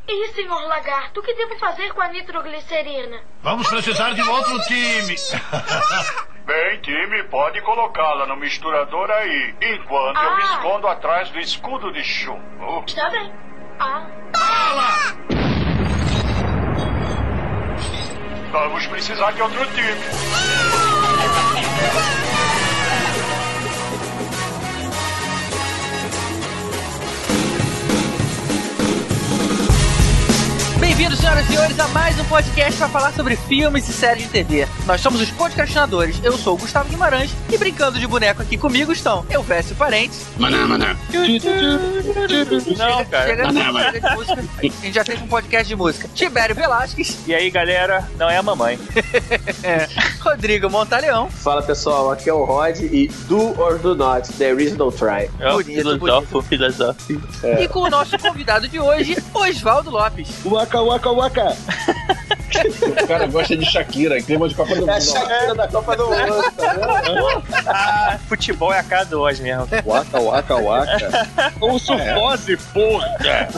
E, senhor Lagarto, o que devo fazer com a nitroglicerina? Vamos precisar de um outro time. Bem, time, pode colocá-la no misturador aí, enquanto eu me escondo atrás do escudo de chumbo. Está bem. Vamos precisar de outro time. Bem-vindos, senhoras e senhores, a mais um podcast para falar sobre filmes e séries de TV. Nós somos os podcastinadores, eu sou o Gustavo Guimarães e brincando de boneco aqui comigo estão Elvésio Parentes. Maná. Não, cara. Chega de música. A gente já teve um podcast de música. Tibério Velasquez. E aí, galera, não é a mamãe. Rodrigo Montaleão. Fala, pessoal, aqui é o Rod e do or do not, there is no try. Bonito. E com o nosso convidado de hoje, Osvaldo Lopes. Waka. O cara gosta de Shakira, clima de Copa do Mundo. É a Shakira da Copa do Mundo, tá vendo? Futebol é a K2 mesmo. Waka. Ou Sufose, porra!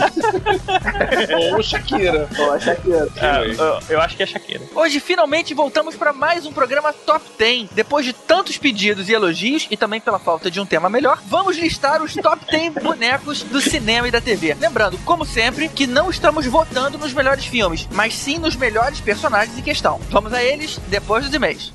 Ou Shakira. Eu acho que é Shakira. Hoje, finalmente, voltamos para mais um programa Top 10. Depois de tantos pedidos e elogios, e também pela falta de um tema melhor, vamos listar os Top 10 bonecos do cinema e da TV. Lembrando, como sempre, que não estamos votando nos melhores filmes, mas sim nos melhores personagens em questão. Vamos a eles depois dos e-mails.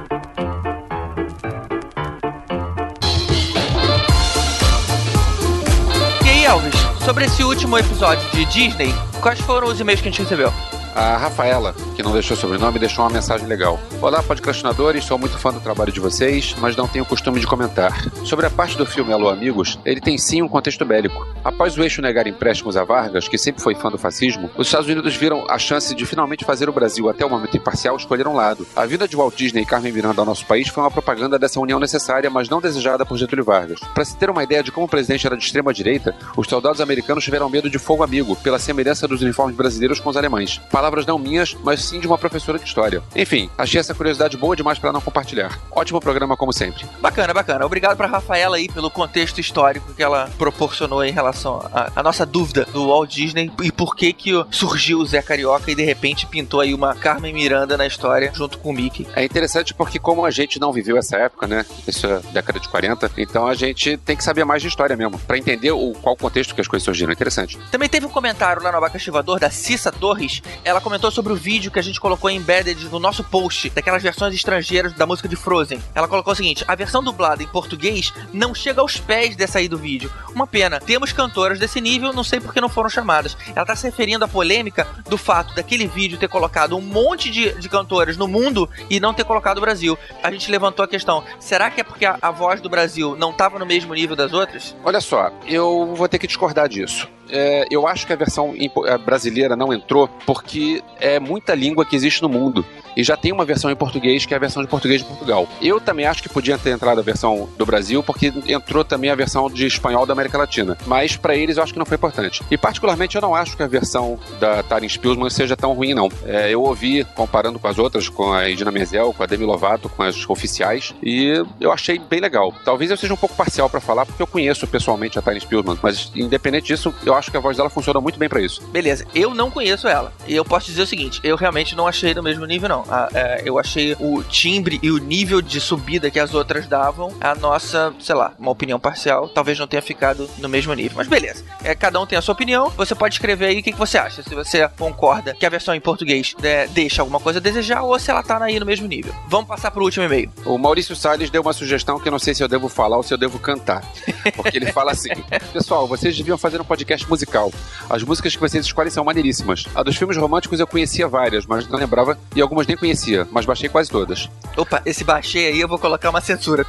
E aí, Elvis, sobre esse último episódio de Disney, quais foram os e-mails que a gente recebeu? A Rafaela, que não deixou sobrenome, deixou uma mensagem legal. Olá, podcastinadores, sou muito fã do trabalho de vocês, mas não tenho o costume de comentar. Sobre a parte do filme Alô Amigos, ele tem sim um contexto bélico. Após o eixo negar empréstimos a Vargas, que sempre foi fã do fascismo, os Estados Unidos viram a chance de finalmente fazer o Brasil até o momento imparcial, escolheram um lado. A vinda de Walt Disney e Carmen Miranda ao nosso país foi uma propaganda dessa união necessária, mas não desejada por Getúlio Vargas. Para se ter uma ideia de como o presidente era de extrema direita, os soldados americanos tiveram medo de fogo amigo, pela semelhança dos uniformes brasileiros com os alemães. Palavras não minhas, mas sim de uma professora de história. Enfim, achei essa curiosidade boa demais para não compartilhar. Ótimo programa, como sempre. Bacana. Obrigado pra Rafaela aí pelo contexto histórico que ela proporcionou em relação à nossa dúvida do Walt Disney e por que surgiu o Zé Carioca e de repente pintou aí uma Carmen Miranda na história junto com o Mickey. É interessante porque como a gente não viveu essa época, né? Isso é década de 40, então a gente tem que saber mais de história mesmo, para entender qual contexto que as coisas surgiram. Interessante. Também teve um comentário lá no Abacaxivador da Cissa Torres. Ela comentou sobre o vídeo que a gente colocou embedded no nosso post, daquelas versões estrangeiras da música de Frozen. Ela colocou o seguinte: a versão dublada em português não chega aos pés dessa aí do vídeo. Uma pena. Temos cantoras desse nível, não sei por que não foram chamadas. Ela tá se referindo à polêmica do fato daquele vídeo ter colocado um monte de cantoras no mundo e não ter colocado o Brasil. A gente levantou a questão: será que é porque a voz do Brasil não tava no mesmo nível das outras? Olha só, eu vou ter que discordar disso. Eu acho que a versão brasileira não entrou porque é muita língua que existe no mundo. E já tem uma versão em português, que é a versão de português de Portugal. Eu também acho que podia ter entrado a versão do Brasil, porque entrou também a versão de espanhol da América Latina. Mas pra eles eu acho que não foi importante. E particularmente eu não acho que a versão da Taryn Spilsman seja tão ruim, não. Eu ouvi, comparando com as outras, com a Idina Menzel, com a Demi Lovato, com as oficiais, e eu achei bem legal. Talvez eu seja um pouco parcial pra falar, porque eu conheço pessoalmente a Taryn Spilsman, mas independente disso, eu acho que a voz dela funciona muito bem pra isso. Beleza, eu não conheço ela. E eu posso dizer o seguinte: eu realmente não achei no mesmo nível, não. Eu achei o timbre e o nível de subida que as outras davam, a nossa, sei lá, uma opinião parcial, talvez não tenha ficado no mesmo nível. Mas beleza, cada um tem a sua opinião. Você pode escrever aí o que você acha. Se você concorda que a versão em português deixa alguma coisa a desejar, ou se ela tá aí no mesmo nível. Vamos passar pro último e-mail. O Maurício Salles deu uma sugestão que eu não sei se eu devo falar ou se eu devo cantar. Porque ele fala assim: pessoal, vocês deviam fazer um podcast musical. As músicas que vocês escolhem são maneiríssimas. A dos filmes românticos eu conhecia várias, mas não lembrava, e algumas nem conhecia, mas baixei quase todas. Opa, esse baixei aí eu vou colocar uma censura.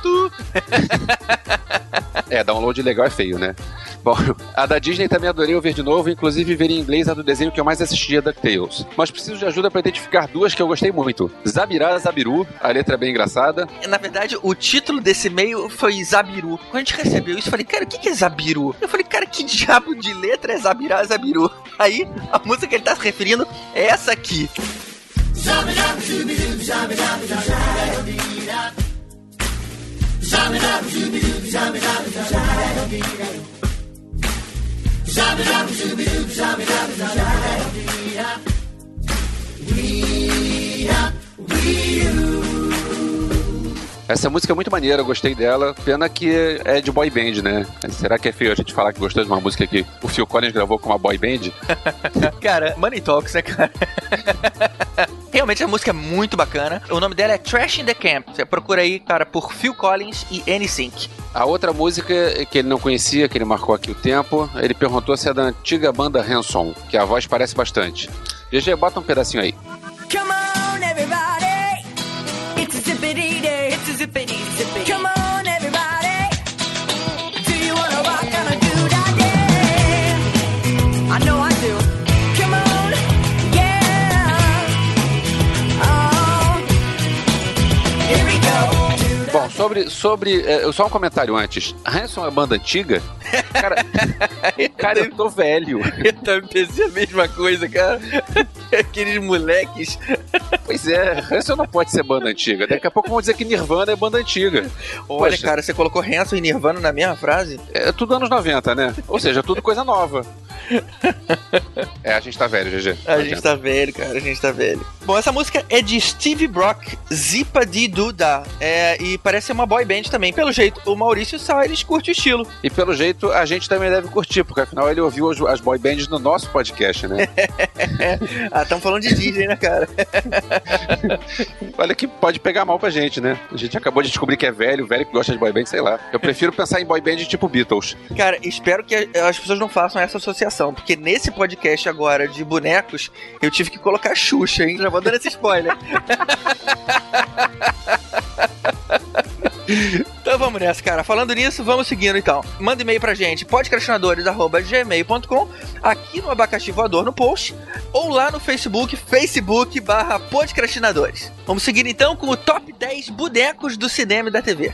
Download legal é feio, né? Bom, a da Disney também adorei ouvir de novo, inclusive ver em inglês a do desenho que eu mais assistia, DuckTales. Mas preciso de ajuda para identificar duas que eu gostei muito. Zabirá, Zabiru, a letra é bem engraçada. Na verdade, o título desse e-mail foi Zabiru. Quando a gente recebeu isso, eu falei, cara, o que é Zabiru? Eu falei, cara, que diabo de letra é Zabirá, Zabiru? Aí, a música que ele tá se referindo é essa aqui. Essa música é muito maneira, eu gostei dela. Pena que é de boy band, né? Será que é feio a gente falar que gostou de uma música que o Phil Collins gravou com uma boy band? Cara, Money Talks, né, cara? Realmente a música é muito bacana. O nome dela é Trash in the Camp. Você procura aí, cara, por Phil Collins e NSYNC. A outra música que ele não conhecia, que ele marcou aqui o tempo, ele perguntou se é da antiga banda Hanson, que a voz parece bastante. GG, bota um pedacinho aí. Come on, everybody. It's a zippity day. It's a zippity zippity. Come on, everybody. Do you wanna rock on a do that day? I know I do. Come on, yeah. Oh, here we go. Bom, sobre só um comentário antes. Hanson é banda antiga? Cara, eu tô velho. Eu também pensei a mesma coisa, cara. Aqueles moleques. Pois é, Hanson não pode ser banda antiga. Daqui a pouco vão dizer que Nirvana é banda antiga. Olha, Poxa, cara, você colocou Hanson e Nirvana na mesma frase? é tudo anos 90, né? Ou seja, tudo coisa nova. A gente tá velho, GG. A gente tá velho, cara, a gente tá velho. Bom, essa música é de Steve Brock, Zipa Di Duda. E parece ser uma boy band também. Pelo jeito, o Maurício Salles curte o estilo. E pelo jeito, a gente também deve curtir, porque afinal ele ouviu as boy bands no nosso podcast, né? Estamos falando de DJ, né, cara? Olha que pode pegar mal pra gente, né? A gente acabou de descobrir que é velho que gosta de boy band, sei lá. Eu prefiro pensar em boy band tipo Beatles. Cara, espero que as pessoas não façam essa associação, porque nesse podcast agora de bonecos, eu tive que colocar Xuxa, hein? Já vou dando esse spoiler. Então vamos nessa, cara. Falando nisso, vamos seguindo então. Manda e-mail pra gente, podcastinadores@gmail.com, aqui no Abacaxi Voador no post, ou lá no Facebook.com/podcastinadores. Vamos seguir então com o top 10 bonecos do cinema e da TV.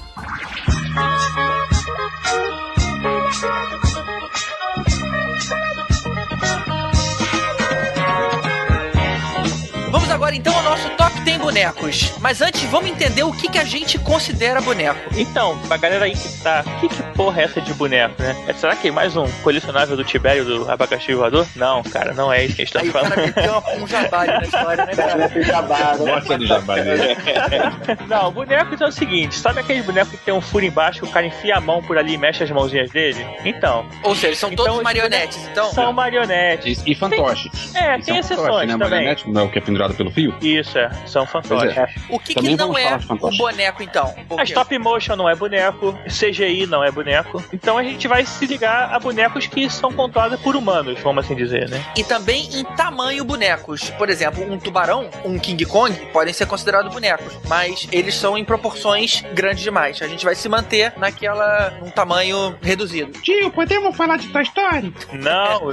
Vamos agora então ao nosso top 10 bonecos. Mas antes, vamos entender o que a gente considera boneco. Então, pra galera aí que tá, que porra é essa de boneco, né? Será que é mais um colecionável do Tibério do Abacaxi Voador? Não, cara, não é isso que a gente tá falando. Aí o cara meteu um jabá na história, né, cara? Gosta do jabá dele. Não, bonecos é o seguinte, sabe aqueles bonecos que tem um furo embaixo, que o cara enfia a mão por ali e mexe as mãozinhas dele? Então. Ou seja, são todos marionetes, então? São marionetes. E fantoches. Tem exceções, né? também. Marionete não é o que é pendurado pelo fio? Isso, são fantoches. O que não é o boneco, então? A stop motion não é boneco, CGI não é boneco. Então a gente vai se ligar a bonecos que são controlados por humanos, vamos assim dizer, né? E também em tamanho bonecos. Por exemplo, um tubarão, um King Kong, podem ser considerados bonecos, mas eles são em proporções grandes demais. A gente vai se manter num tamanho reduzido. Tio, podemos falar de Toy Story? Não,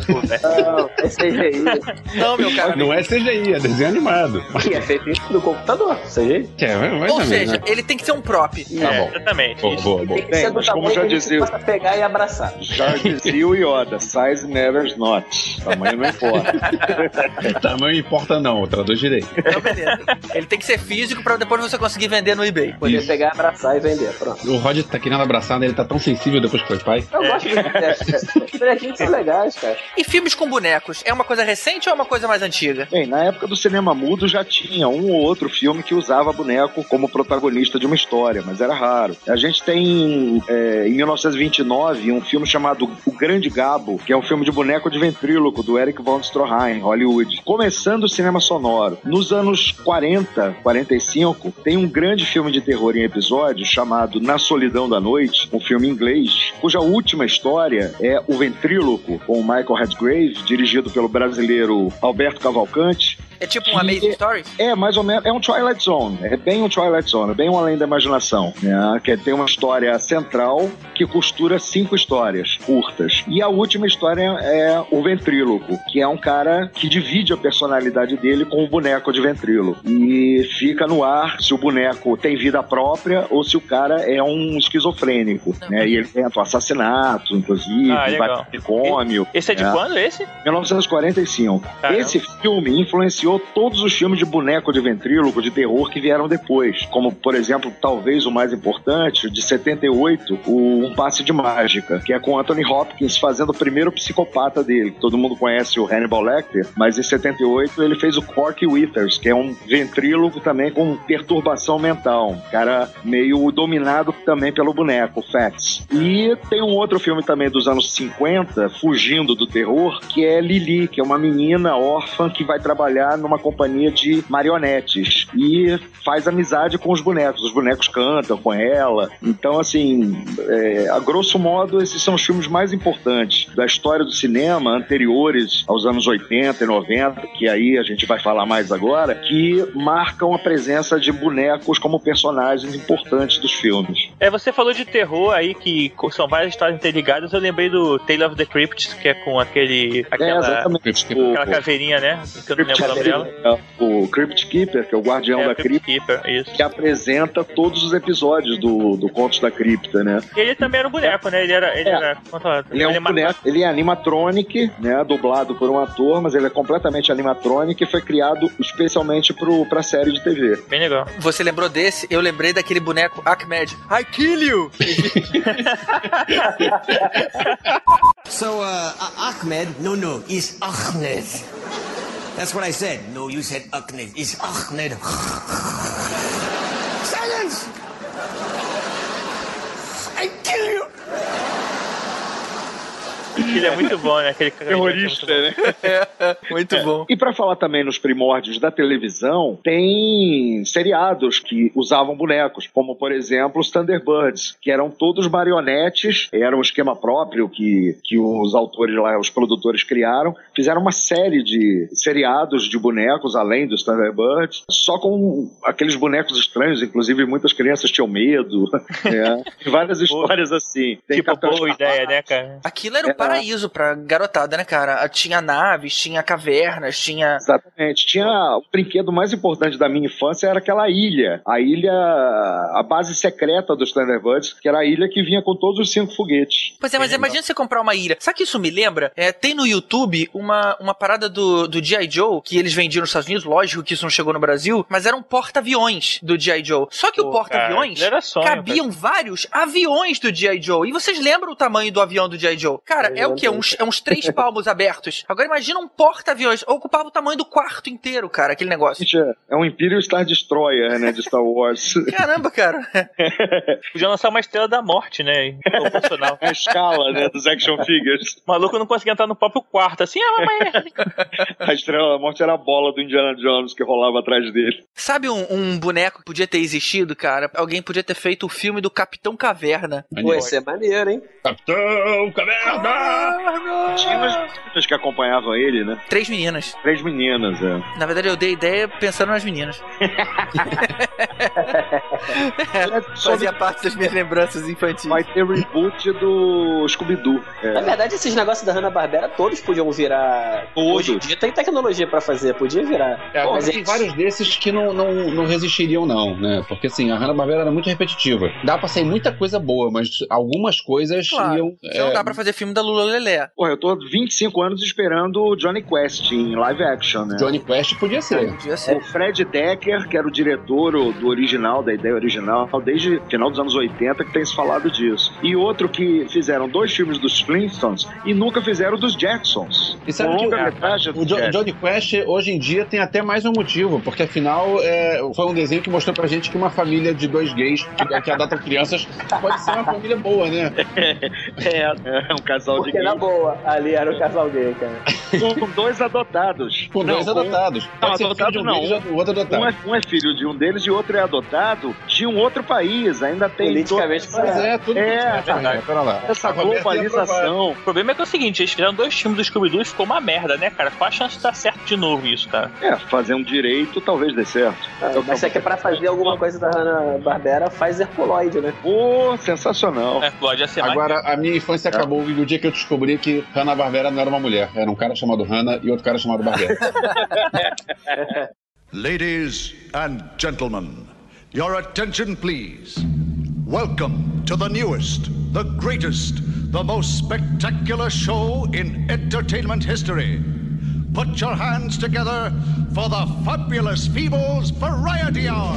é CGI. Não, meu cara. Não é CGI, é desenho animado. E é feito no computador, CGI. Ou seja, ele tem que ser um prop. Tá bom. Exatamente. Boa. Tem que ser do tamanho que a gente possa pegar e abraçar. Já dizia o Yoda, size matters not. Tamanho não importa. Tamanho importa não, traduz direito. Então, beleza. Ele tem que ser físico pra depois você conseguir vender no eBay. Poder pegar, abraçar e vender, pronto. O Rod tá querendo abraçar, né? Ele tá tão sensível depois que foi pai. Eu gosto de os bonequinhos são legais, cara. E filmes com bonecos, é uma coisa recente ou é uma coisa mais antiga? Bem, na época do cinema mudo já tinha um ou outro filme que usava boneco como protagonista de uma história, mas era raro. A gente tem, em 1929, um filme chamado O Grande Gabo, que é um filme de boneco de ventríloco, do Erich von Stroheim, Hollywood. Começando o cinema sonoro. Nos anos 40, 45, tem um grande filme de terror em episódio chamado Na Solidão da Noite, um filme inglês, cuja última história é O Ventríloco, com o Michael Redgrave, dirigido pelo brasileiro Alberto Cavalcante. É tipo um Amazing Story? É, mais ou menos. É um Twilight Zone. É bem um Twilight Zone. É bem um além da imaginação. Né? Que tem uma história central que costura 5 histórias curtas. E a última história é o ventríloco, que é um cara que divide a personalidade dele com o boneco de ventríloco. E fica no ar se o boneco tem vida própria ou se o cara é um esquizofrênico. Né? E ele tenta um assassinato, inclusive, vai pro manicômio. Esse é de quando, esse? 1945. Caramba. Esse filme influenciou influenciou todos os filmes de boneco de ventríloco, de terror que vieram depois. Como, por exemplo, talvez o mais importante, de 78, o Um Passe de Mágica, que é com Anthony Hopkins fazendo o primeiro psicopata dele. Todo mundo conhece o Hannibal Lecter, mas em 78 ele fez o Corky Withers, que é um ventríloco também com perturbação mental. Um cara meio dominado também pelo boneco, o Fats. E tem um outro filme também dos anos 50, fugindo do terror, que é Lili, que é uma menina órfã que vai trabalhar numa companhia de marionetes e faz amizade com os bonecos cantam com ela. Então, assim, a grosso modo, esses são os filmes mais importantes da história do cinema, anteriores aos anos 80 e 90, que aí a gente vai falar mais agora, que marcam a presença de bonecos como personagens importantes dos filmes. Você falou de terror aí, que são várias histórias interligadas. Eu lembrei do Tale of the Crypt, que é com aquela caveirinha, né? Que eu não lembro o nome dela. O Crypt Keeper, que é o guardião da cripta, que apresenta todos os episódios do Contos da Cripta, né? Ele também era um boneco, né? Ele era Ele é um boneco, ele é animatronic, né? Dublado por um ator, mas ele é completamente animatronic e foi criado especialmente pra série de TV. Bem legal. Você lembrou desse? Eu lembrei daquele boneco Ahmed. I kill you! So, Ahmed? No, it's Ahmed. That's what I said. No, you said Ahmed. It's Ahmed. Silence! I kill you! Ele é muito bom, né? Aquele terrorista, né? Muito bom. E pra falar também nos primórdios da televisão, tem seriados que usavam bonecos, como, por exemplo, os Thunderbirds, que eram todos marionetes, era um esquema próprio que os autores lá, os produtores criaram, fizeram uma série de seriados de bonecos, além dos Thunderbirds, só com aqueles bonecos estranhos, inclusive muitas crianças tinham medo, várias histórias assim. Tem tipo, boa ideia, né, cara? Aquilo era o paraíso pra garotada, né, cara? Tinha naves, tinha cavernas, tinha... Exatamente. Tinha o brinquedo mais importante da minha infância, era aquela ilha. A base secreta dos Thunderbirds, que era a ilha que vinha com todos os 5 foguetes. Pois é, mas imagina você comprar uma ilha. Sabe o que isso me lembra? Tem no YouTube uma parada do G.I. Joe, que eles vendiam nos Estados Unidos, lógico que isso não chegou no Brasil, mas era um porta-aviões do G.I. Joe. Só que o porta-aviões cabiam vários aviões do G.I. Joe. E vocês lembram o tamanho do avião do G.I. Joe? Cara, é o quê? Uns 3 palmos abertos. Agora imagina um porta-aviões. Ocupava o tamanho do quarto inteiro, cara, aquele negócio. É um Imperial Star Destroyer, né, de Star Wars. Caramba, cara. Podia lançar uma Estrela da Morte, né? Proporcional. A escala, né, dos action figures. O maluco não conseguia entrar no próprio quarto, assim, mamãe. A Estrela da Morte era a bola do Indiana Jones que rolava atrás dele. Sabe um boneco que podia ter existido, cara? Alguém podia ter feito o filme do Capitão Caverna. Pô, esse é maneiro, hein? Capitão Caverna! Tinha umas meninas que acompanhavam ele, né? 3 meninas. 3 meninas, Na verdade, eu dei ideia pensando nas meninas. Fazia parte das minhas lembranças infantis. Vai ter reboot do Scooby-Doo. Na verdade, esses negócios da Hanna-Barbera todos podiam virar. Hoje em dia tem tecnologia pra fazer, podia virar. Mas tem vários desses que não resistiriam, não, né? Porque assim, a Hanna-Barbera era muito repetitiva. Dá pra sair muita coisa boa, mas algumas coisas iam. Não dá pra fazer filme da Lula Lelé. Pô, eu tô 25 anos esperando o Johnny Quest em live action, né? Johnny Quest podia ser. O Fred Decker, que era o diretor do original, da ideia original, desde o final dos anos 80 que tem se falado disso. E outro que fizeram 2 filmes dos Flintstones e nunca fizeram dos Jetsons. E sabe o Johnny Quest hoje em dia tem até mais um motivo, porque afinal foi um desenho que mostrou pra gente que uma família de 2 gays que adotam crianças pode ser uma família boa, né? É um casal porque de gays. Na boa, ali era um casal gay, cara. Com 2 adotados. Com 2 adotados. Não, adotado não. O outro adotado. Um é filho de um deles e o outro é adotado de um outro país. Ainda tem... Politicamente tudo verdade. Pera lá. Essa globalização. O problema é que é o seguinte, eles fizeram 2 filmes do Scooby-Doo e ficou uma merda, né, cara? Qual a chance de dar certo de novo isso, cara? Fazer um direito talvez dê certo. Mas se é que pra fazer alguma coisa da Hanna-Barbera, faz Herculoid, né? Pô, sensacional. Herculoid ia ser Agora, a minha infância acabou no dia que eu descobri que Hanna-Barbera não era uma mulher. Era um cara chamado Hanna e outro cara chamado Barbera. Ladies and gentlemen, your attention please. Welcome to the newest, the greatest, the most spectacular show in entertainment history. Put your hands together for the Fabulous Feebles Variety Hour.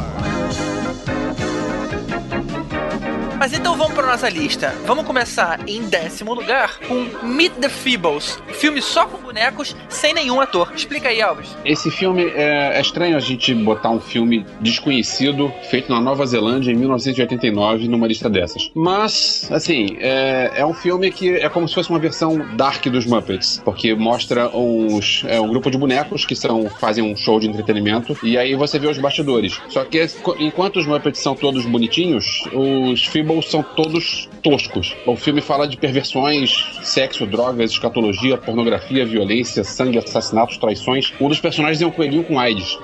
Mas então vamos para nossa lista. Vamos começar em 10º lugar com Meet the Feebles, filme só com bonecos, sem nenhum ator. Explica aí, Alves. Esse filme, é estranho a gente botar um filme desconhecido, feito na Nova Zelândia em 1989, numa lista dessas. Mas, assim, é um filme que é como se fosse uma versão dark dos Muppets, porque mostra um grupo de bonecos que fazem um show de entretenimento, e aí você vê os bastidores. Só que enquanto os Muppets são todos bonitinhos, os Feebles são todos toscos. O filme fala de perversões, sexo, drogas, escatologia, pornografia, violência, sangue, assassinatos, traições. Um dos personagens é um coelhinho com AIDS.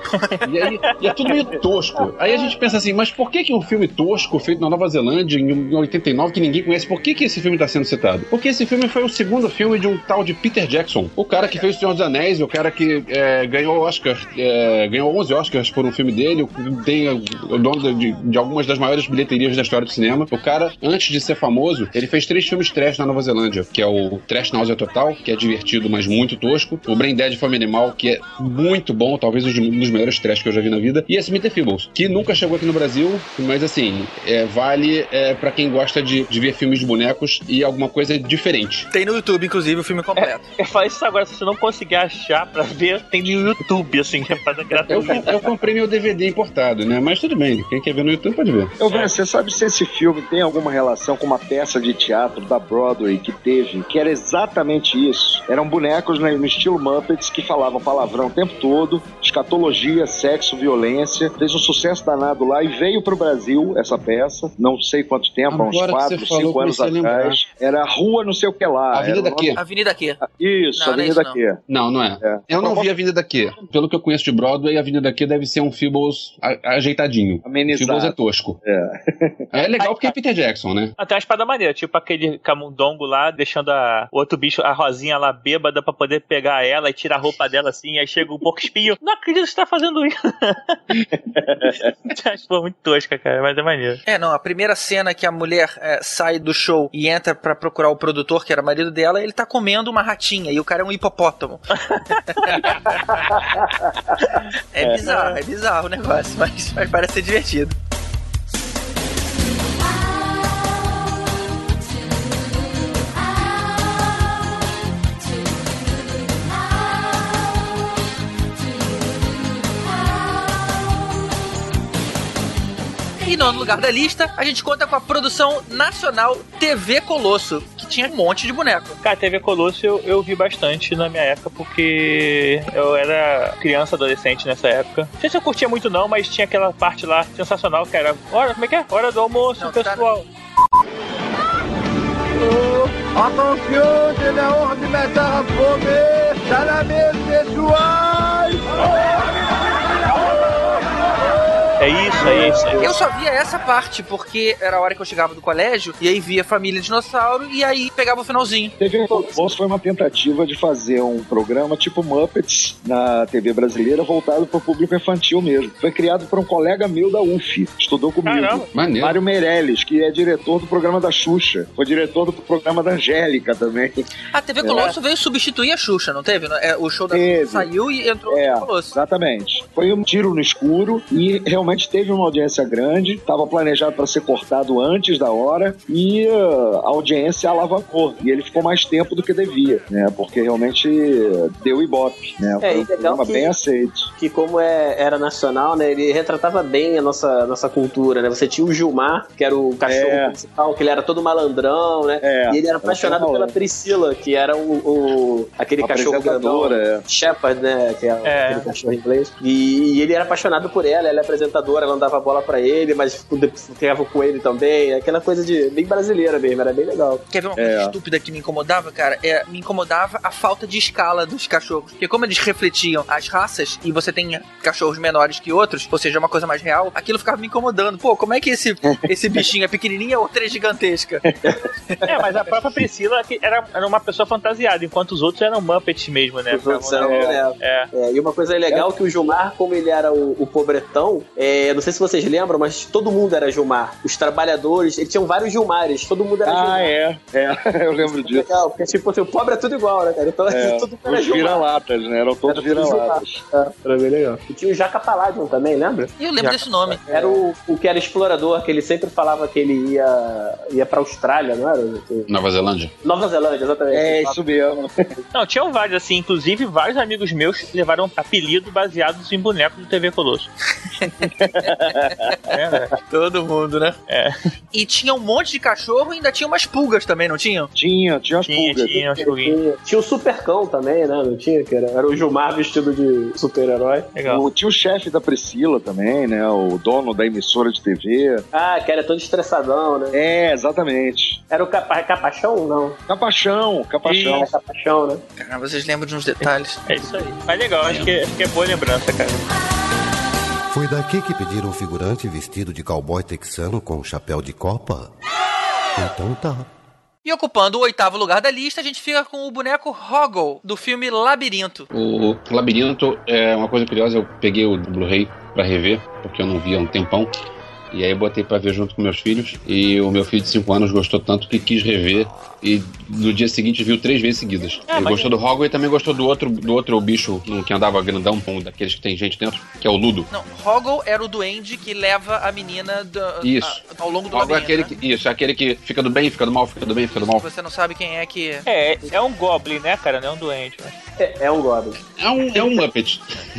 E é tudo meio tosco. Aí a gente pensa assim, mas por que um filme tosco, feito na Nova Zelândia em 89, que ninguém conhece, por que esse filme está sendo citado? Porque esse filme foi o segundo filme de um tal de Peter Jackson. O cara que fez O Senhor dos Anéis, o cara que ganhou Oscar, ganhou 11 Oscars por um filme dele, tem o dono de algumas das maiores bilheterias da história do cinema. O cara, antes de ser famoso, ele fez 3 filmes trash na Nova Zelândia, que é o Trash Náusea Total, que é divertido, mas muito tosco, o Brain Dead Fome Animal, que é muito bom, talvez um dos melhores trash que eu já vi na vida, e esse Meet the Feebles, que nunca chegou aqui no Brasil, mas assim, vale pra quem gosta de ver filmes de bonecos e alguma coisa diferente. Tem no YouTube, inclusive, o filme completo. Eu falo isso agora, se você não conseguir achar pra ver, tem no YouTube, assim, que é pra gratuito. Eu comprei meu DVD importado, né, mas tudo bem, quem quer ver no YouTube pode ver. Você sabe se esse filme tem alguma relação com uma peça de teatro da Broadway que era exatamente isso. Eram bonecos no estilo Muppets que falavam palavrão o tempo todo, escatologia, sexo, violência. Fez um sucesso danado lá e veio pro Brasil essa peça, não sei quanto tempo, há uns 4, 5 anos atrás. Era Rua não sei o que lá. Avenida Q. Avenida Q. Isso, não, Avenida Q. Não é. Eu não vi Avenida Q. Pelo que eu conheço de Broadway, a Avenida Q deve ser um Feebles ajeitadinho. Amenizado. Feebles é tosco. É legal porque é Peter Jackson, né? Até uma espada maneira, tipo aquele camundongo lá, deixando o outro bicho, a Rosinha lá bêbada pra poder pegar ela e tirar a roupa dela assim, aí chega o porco espinho. Não acredito que você tá fazendo isso. Acho muito tosca, cara, mas é maneiro. A primeira cena que a mulher sai do show e entra pra procurar o produtor, que era o marido dela, ele tá comendo uma ratinha e o cara é um hipopótamo. É bizarro o negócio, mas parece ser divertido. Em 9º lugar da lista, a gente conta com a produção nacional TV Colosso, que tinha um monte de boneco. Cara, TV Colosso eu vi bastante na minha época, porque eu era criança, adolescente nessa época. Não sei se eu curtia muito não, mas tinha aquela parte lá sensacional que era, como é que é? Hora do almoço, pessoal. Atenção, de hora de começar a comer, tá na mesa, pessoal! É isso. Eu só via essa parte, porque era a hora que eu chegava do colégio, e aí via Família Dinossauro, e aí pegava o finalzinho. TV Colosso foi uma tentativa de fazer um programa tipo Muppets na TV brasileira, voltado para o público infantil mesmo. Foi criado por um colega meu da UF, estudou comigo. Caramba. Maneiro. Mário Meirelles, que é diretor do programa da Xuxa. Foi diretor do programa da Angélica também. A TV Colosso veio substituir a Xuxa, não teve? O show da Xuxa saiu e entrou o TV Colosso. Exatamente. Foi um tiro no escuro e realmente teve uma audiência grande, estava planejado para ser cortado antes da hora e a audiência alavancou e ele ficou mais tempo do que devia, né? Porque realmente deu ibope, né? Foi um programa bem aceito. Que como era nacional, né? Ele retratava bem a nossa cultura, né? Você tinha o Gilmar, que era o cachorro principal, que ele era todo malandrão, né? E ele era apaixonado pela Priscila, que era aquele cachorro grandão, Shepherd, né? Que é aquele cachorro inglês. E ele era apaixonado por ela é apresentadora, ela não dava bola pra ele, mas ficava com ele também. Aquela coisa de bem brasileira mesmo, era bem legal. Quer ver uma coisa estúpida que me incomodava, cara? Me incomodava a falta de escala dos cachorros. Porque como eles refletiam as raças e você tem cachorros menores que outros, ou seja, uma coisa mais real, aquilo ficava me incomodando. Pô, como é que esse bichinho é pequenininho e a outra é gigantesca? Mas a própria Priscila era uma pessoa fantasiada, enquanto os outros eram Muppets mesmo, né? Os outros eram, e uma coisa legal que o Gilmar, como ele era o pobretão, não sei se vocês lembram, mas todo mundo era Gilmar. Os trabalhadores, eles tinham vários Gilmares, todo mundo era Gilmar. Eu lembro disso. Legal, porque tipo, o pobre é tudo igual, né, cara? Então tudo era os vira-latas, né? Eram todos vira-latas. Era bem legal. E tinha o Jaca Paladium também, lembra? E eu lembro desse nome. Era o que era explorador, que ele sempre falava que ele ia pra Austrália, não era? Nova Zelândia. Nova Zelândia, exatamente. É, isso mesmo. Não, tinham vários, assim, inclusive vários amigos meus levaram apelido baseados em bonecos do TV Colosso. Todo mundo, né? E tinha um monte de cachorro e ainda tinha umas pulgas também, não tinham? Tinha as pulgas. Tinha o Supercão também, né? Não tinha? Que era o Gilmar vestido de super-herói. Tinha o chefe da Priscila também, né? O dono da emissora de TV. Ah, que era todo estressadão, né? É, exatamente. Era o Capachão, não? Capachão. Era Capachão, né? Caramba, vocês lembram de uns detalhes. É isso aí. Mas legal, acho que é boa lembrança, cara. Foi daqui que pediram um figurante vestido de cowboy texano com um chapéu de copa? Então tá. E ocupando o 8º lugar da lista, a gente fica com o boneco Hoggle, do filme Labirinto. O Labirinto é uma coisa curiosa, eu peguei o Blu-ray pra rever, porque eu não via há um tempão. E aí eu botei pra ver junto com meus filhos. E o meu filho de 5 anos gostou tanto que quis rever. E no dia seguinte viu 3 vezes seguidas. Ele gostou do Hoggle e também gostou do outro bicho que andava grandão, um daqueles que tem gente dentro, que é o Ludo. Não, Hoggle era o duende que leva a menina ao longo do Hoggle labirinto, é aquele que fica do bem, fica do mal, fica do bem, fica do mal. Você não sabe quem é que... É um Goblin, né, cara? Não é um doente. Mas... É um Goblin. É um Muppet.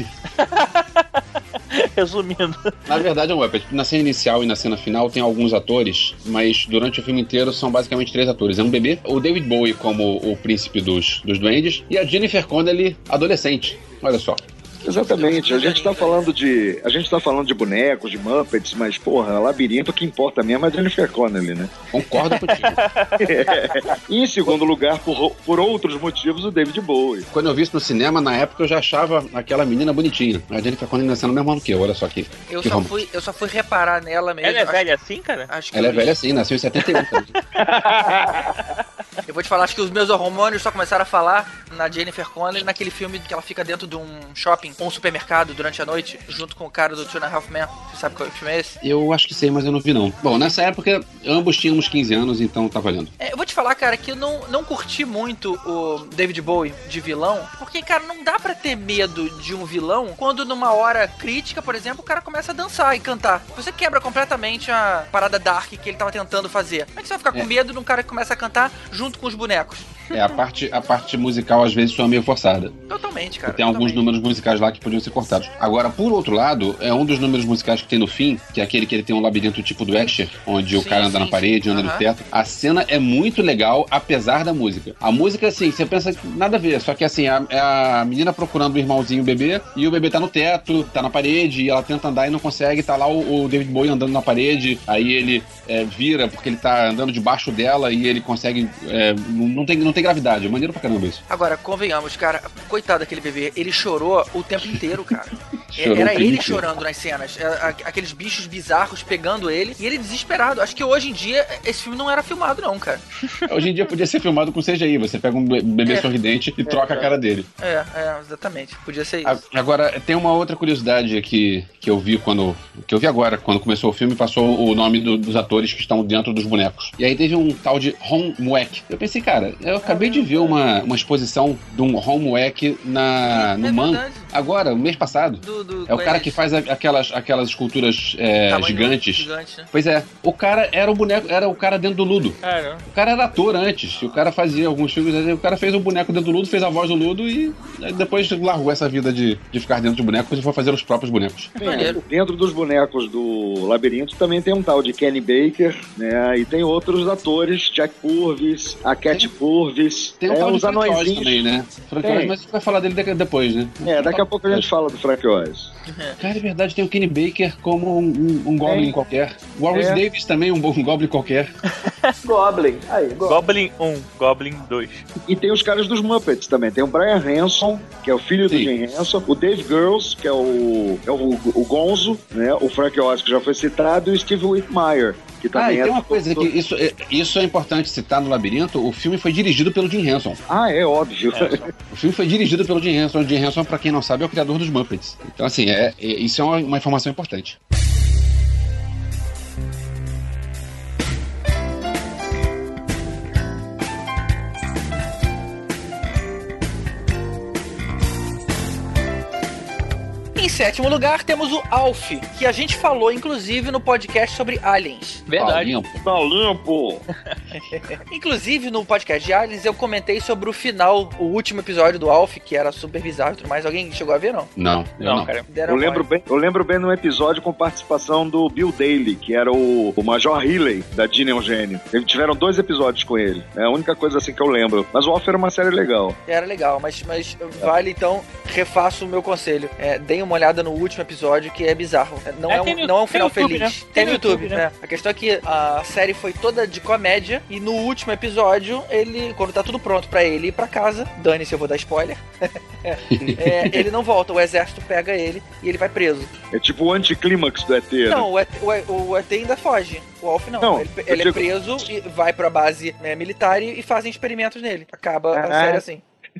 Resumindo. Na verdade é um Muppet. Na cena inicial e na cena final tem alguns atores, mas durante o filme inteiro são basicamente 3 atores. É um bebê, o David Bowie como o príncipe dos duendes e a Jennifer Connelly adolescente. Olha só. Exatamente, a gente tá falando de bonecos, de Muppets, mas, porra, Labirinto, o que importa mesmo é a Jennifer Connelly, né? Concordo contigo. E em segundo lugar, por outros motivos, o David Bowie. Quando eu vi isso no cinema, na época eu já achava aquela menina bonitinha. A Jennifer Connelly nascendo mesmo ano que eu, olha só aqui. Eu só fui reparar nela mesmo. Ela é velha assim, cara? Ela é velha assim, nasceu em 71 também. Eu vou te falar, acho que os meus hormônios só começaram a falar na Jennifer Connelly naquele filme que ela fica dentro de um shopping ou um supermercado durante a noite, junto com o cara do Two and a Half Men. Você sabe qual filme é esse? Eu acho que sei, mas eu não vi não. Bom, nessa época ambos tínhamos 15 anos, então tá valendo. Eu vou te falar, cara, que eu não curti muito o David Bowie de vilão, porque, cara, não dá pra ter medo de um vilão quando numa hora crítica, por exemplo, o cara começa a dançar e cantar. Você quebra completamente a parada dark que ele tava tentando fazer. Como é que você vai ficar com medo de um cara que começa a cantar junto com os bonecos? A parte musical às vezes foi meio forçada. Totalmente, cara. Tem alguns números musicais lá que podiam ser cortados. Agora, por outro lado, é um dos números musicais que tem no fim, que é aquele que ele tem um labirinto tipo do Escher, onde o cara anda na parede, anda no teto. A cena é muito legal, apesar da música. A música, assim, você pensa que nada a ver, só que assim, é a menina procurando o irmãozinho, o bebê, e o bebê tá no teto, tá na parede, e ela tenta andar e não consegue, tá lá o David Bowie andando na parede, aí ele vira porque ele tá andando debaixo dela e ele consegue... não tem gravidade, é maneiro pra caramba isso. Agora, convenhamos, cara, coitado daquele bebê, ele chorou o tempo inteiro, cara. Era ele chorando nas cenas, aqueles bichos bizarros pegando ele, e ele desesperado. Acho que hoje em dia esse filme não era filmado não, cara. Hoje em dia podia ser filmado com CGI, você pega um bebê sorridente e troca a cara dele. Exatamente, podia ser isso. Agora, tem uma outra curiosidade aqui que eu vi agora, quando começou o filme, passou o nome dos atores que estão dentro dos bonecos. E aí teve um tal de Ron Mueck. Eu pensei, cara, eu acabei de ver uma exposição de um Ron Mueck no MAN. Agora, o mês passado. É o cara que faz aquelas esculturas gigantes. Né? Pois é. O cara era o cara dentro do Ludo. O cara era ator antes. O cara fazia alguns filmes. O cara fez o boneco dentro do Ludo, fez a voz do Ludo e depois largou essa vida de ficar dentro de bonecos e foi fazer os próprios bonecos. Dentro dos bonecos do Labirinto também tem um tal de Kenny Baker, né? E tem outros atores, Jack Purvis, a Cat Purvis. Tem um tal de Frank Oz também, né? Frank Oz, mas a gente vai falar dele depois, né? Daqui a pouco a gente fala do Frank Oz. Cara, é verdade, tem o Kenny Baker como um Goblin qualquer. O Warwick Davis também, um Goblin qualquer. Goblin. Goblin 1, Goblin 2. E tem os caras dos Muppets também. Tem o Brian Hanson, que é o filho do Jim Henson. O Dave Girls, que é o Gonzo, né? O Frank Oz, que já foi citado. E o Steve Whitmire, que também tem uma coisa que isso é importante citar no Labirinto. O filme foi dirigido pelo Jim Henson. É óbvio. O filme foi dirigido pelo Jim Henson. O Jim Henson, pra quem não sabe, é o criador dos Muppets. Então, assim, isso é uma informação importante. Em sétimo lugar, temos o Alf, que a gente falou, inclusive, no podcast sobre Aliens. Verdade. Tá limpo. Inclusive, no podcast de Aliens, eu comentei sobre o final, o último episódio do Alf, que era super bizarro e tudo mais. Alguém chegou a ver, não? Não, não. Cara, Eu lembro bem num episódio com participação do Bill Daly, que era o Major Healy, da Dini é um Gênio. Eles tiveram 2 episódios com ele. É a única coisa assim que eu lembro. Mas o Alf era uma série legal. Era legal, mas vale, então, refaço o meu conselho. Deem uma olhada no último episódio, que é bizarro. Não é um final YouTube, feliz. né? Tem no YouTube, né? A questão é que a série foi toda de comédia, e no último episódio, quando tá tudo pronto pra ele ir pra casa, dane-se, eu vou dar spoiler, ele não volta, o exército pega ele e ele vai preso. É tipo o anticlímax do ET. Não, o ET ainda foge. O Alf não. Ele é preso e vai pra base militar e fazem experimentos nele. Acaba a série assim.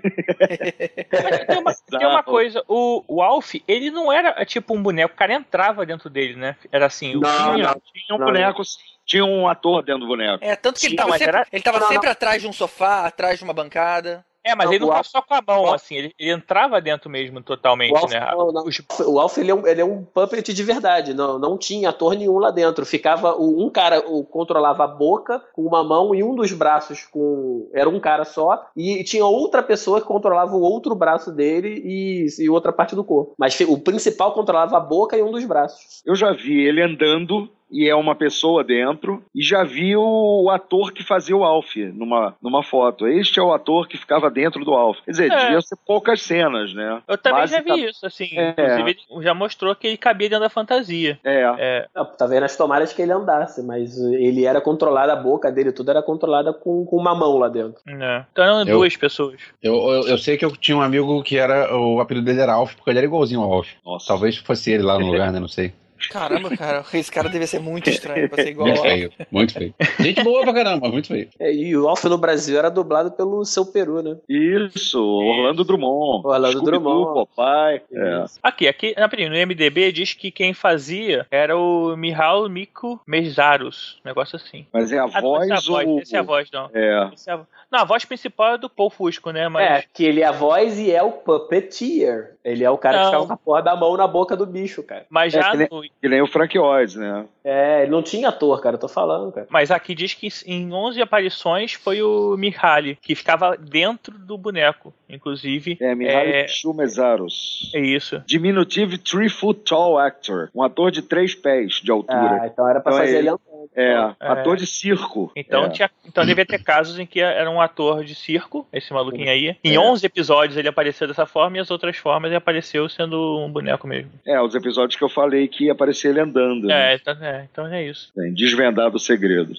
Tem uma coisa, o Alf, ele não era tipo um boneco, o cara entrava dentro dele, né? Era assim, tinha um boneco, tinha um ator dentro do boneco. Tanto que ele tava sempre atrás de um sofá, atrás de uma bancada. Mas ele não tava só com a mão, assim, ele entrava dentro mesmo, totalmente, Alf, né? O Alf, ele é um puppet de verdade, não tinha ator nenhum lá dentro. Ficava um cara, controlava a boca com uma mão e um dos braços era um cara só, e tinha outra pessoa que controlava o outro braço dele e outra parte do corpo. Mas o principal controlava a boca e um dos braços. Eu já vi ele andando, e é uma pessoa dentro, e já vi o ator que fazia o Alf numa foto. Este é o ator que ficava dentro do Alf. Quer dizer, deviam ser poucas cenas, né? Eu também já vi isso, assim. Inclusive, ele já mostrou que ele cabia dentro da fantasia. Tá vendo as tomadas que ele andasse, mas ele era controlado, a boca dele tudo era controlada com uma mão lá dentro. Então eram 2 pessoas. Eu sei que eu tinha um amigo que o apelido dele era Alf, porque ele era igualzinho ao Alf. Nossa. Talvez fosse ele lá no lugar, né? Não sei. Caramba, cara, esse cara deve ser muito estranho pra ser igual muito ao feio, muito feio. Gente boa pra caramba, muito feio. E o Alf no Brasil era dublado pelo Seu Peru, né? Isso, Orlando Drummond. Drummond. Papai. Aqui, no IMDb diz que quem fazia era o Michał Miko Meszaros, negócio assim. Mas é a voz ou... Essa é a voz, não. Não, a voz principal é do Paul Fusco, né? Mas... que ele é a voz e é o puppeteer. Ele é o cara que ficava com a porra da mão na boca do bicho, cara. Mas já que nem o Frank Oz, né? Ele não tinha ator, cara, eu tô falando, cara. Mas aqui diz que em 11 aparições foi o Mihaly, que ficava dentro do boneco, inclusive. Mihaly Shumezaros. É isso. Diminutive 3-foot tall actor. Um ator de 3 pés de altura. Então era pra fazer ele andando. Ator de circo. Então devia ter casos em que era um ator de circo, esse maluquinho aí. Em 11 episódios ele apareceu dessa forma e as outras formas ele apareceu sendo um boneco mesmo. Os episódios que eu falei que ia aparecer ele andando. Né? Então é isso. Desvendado o segredo.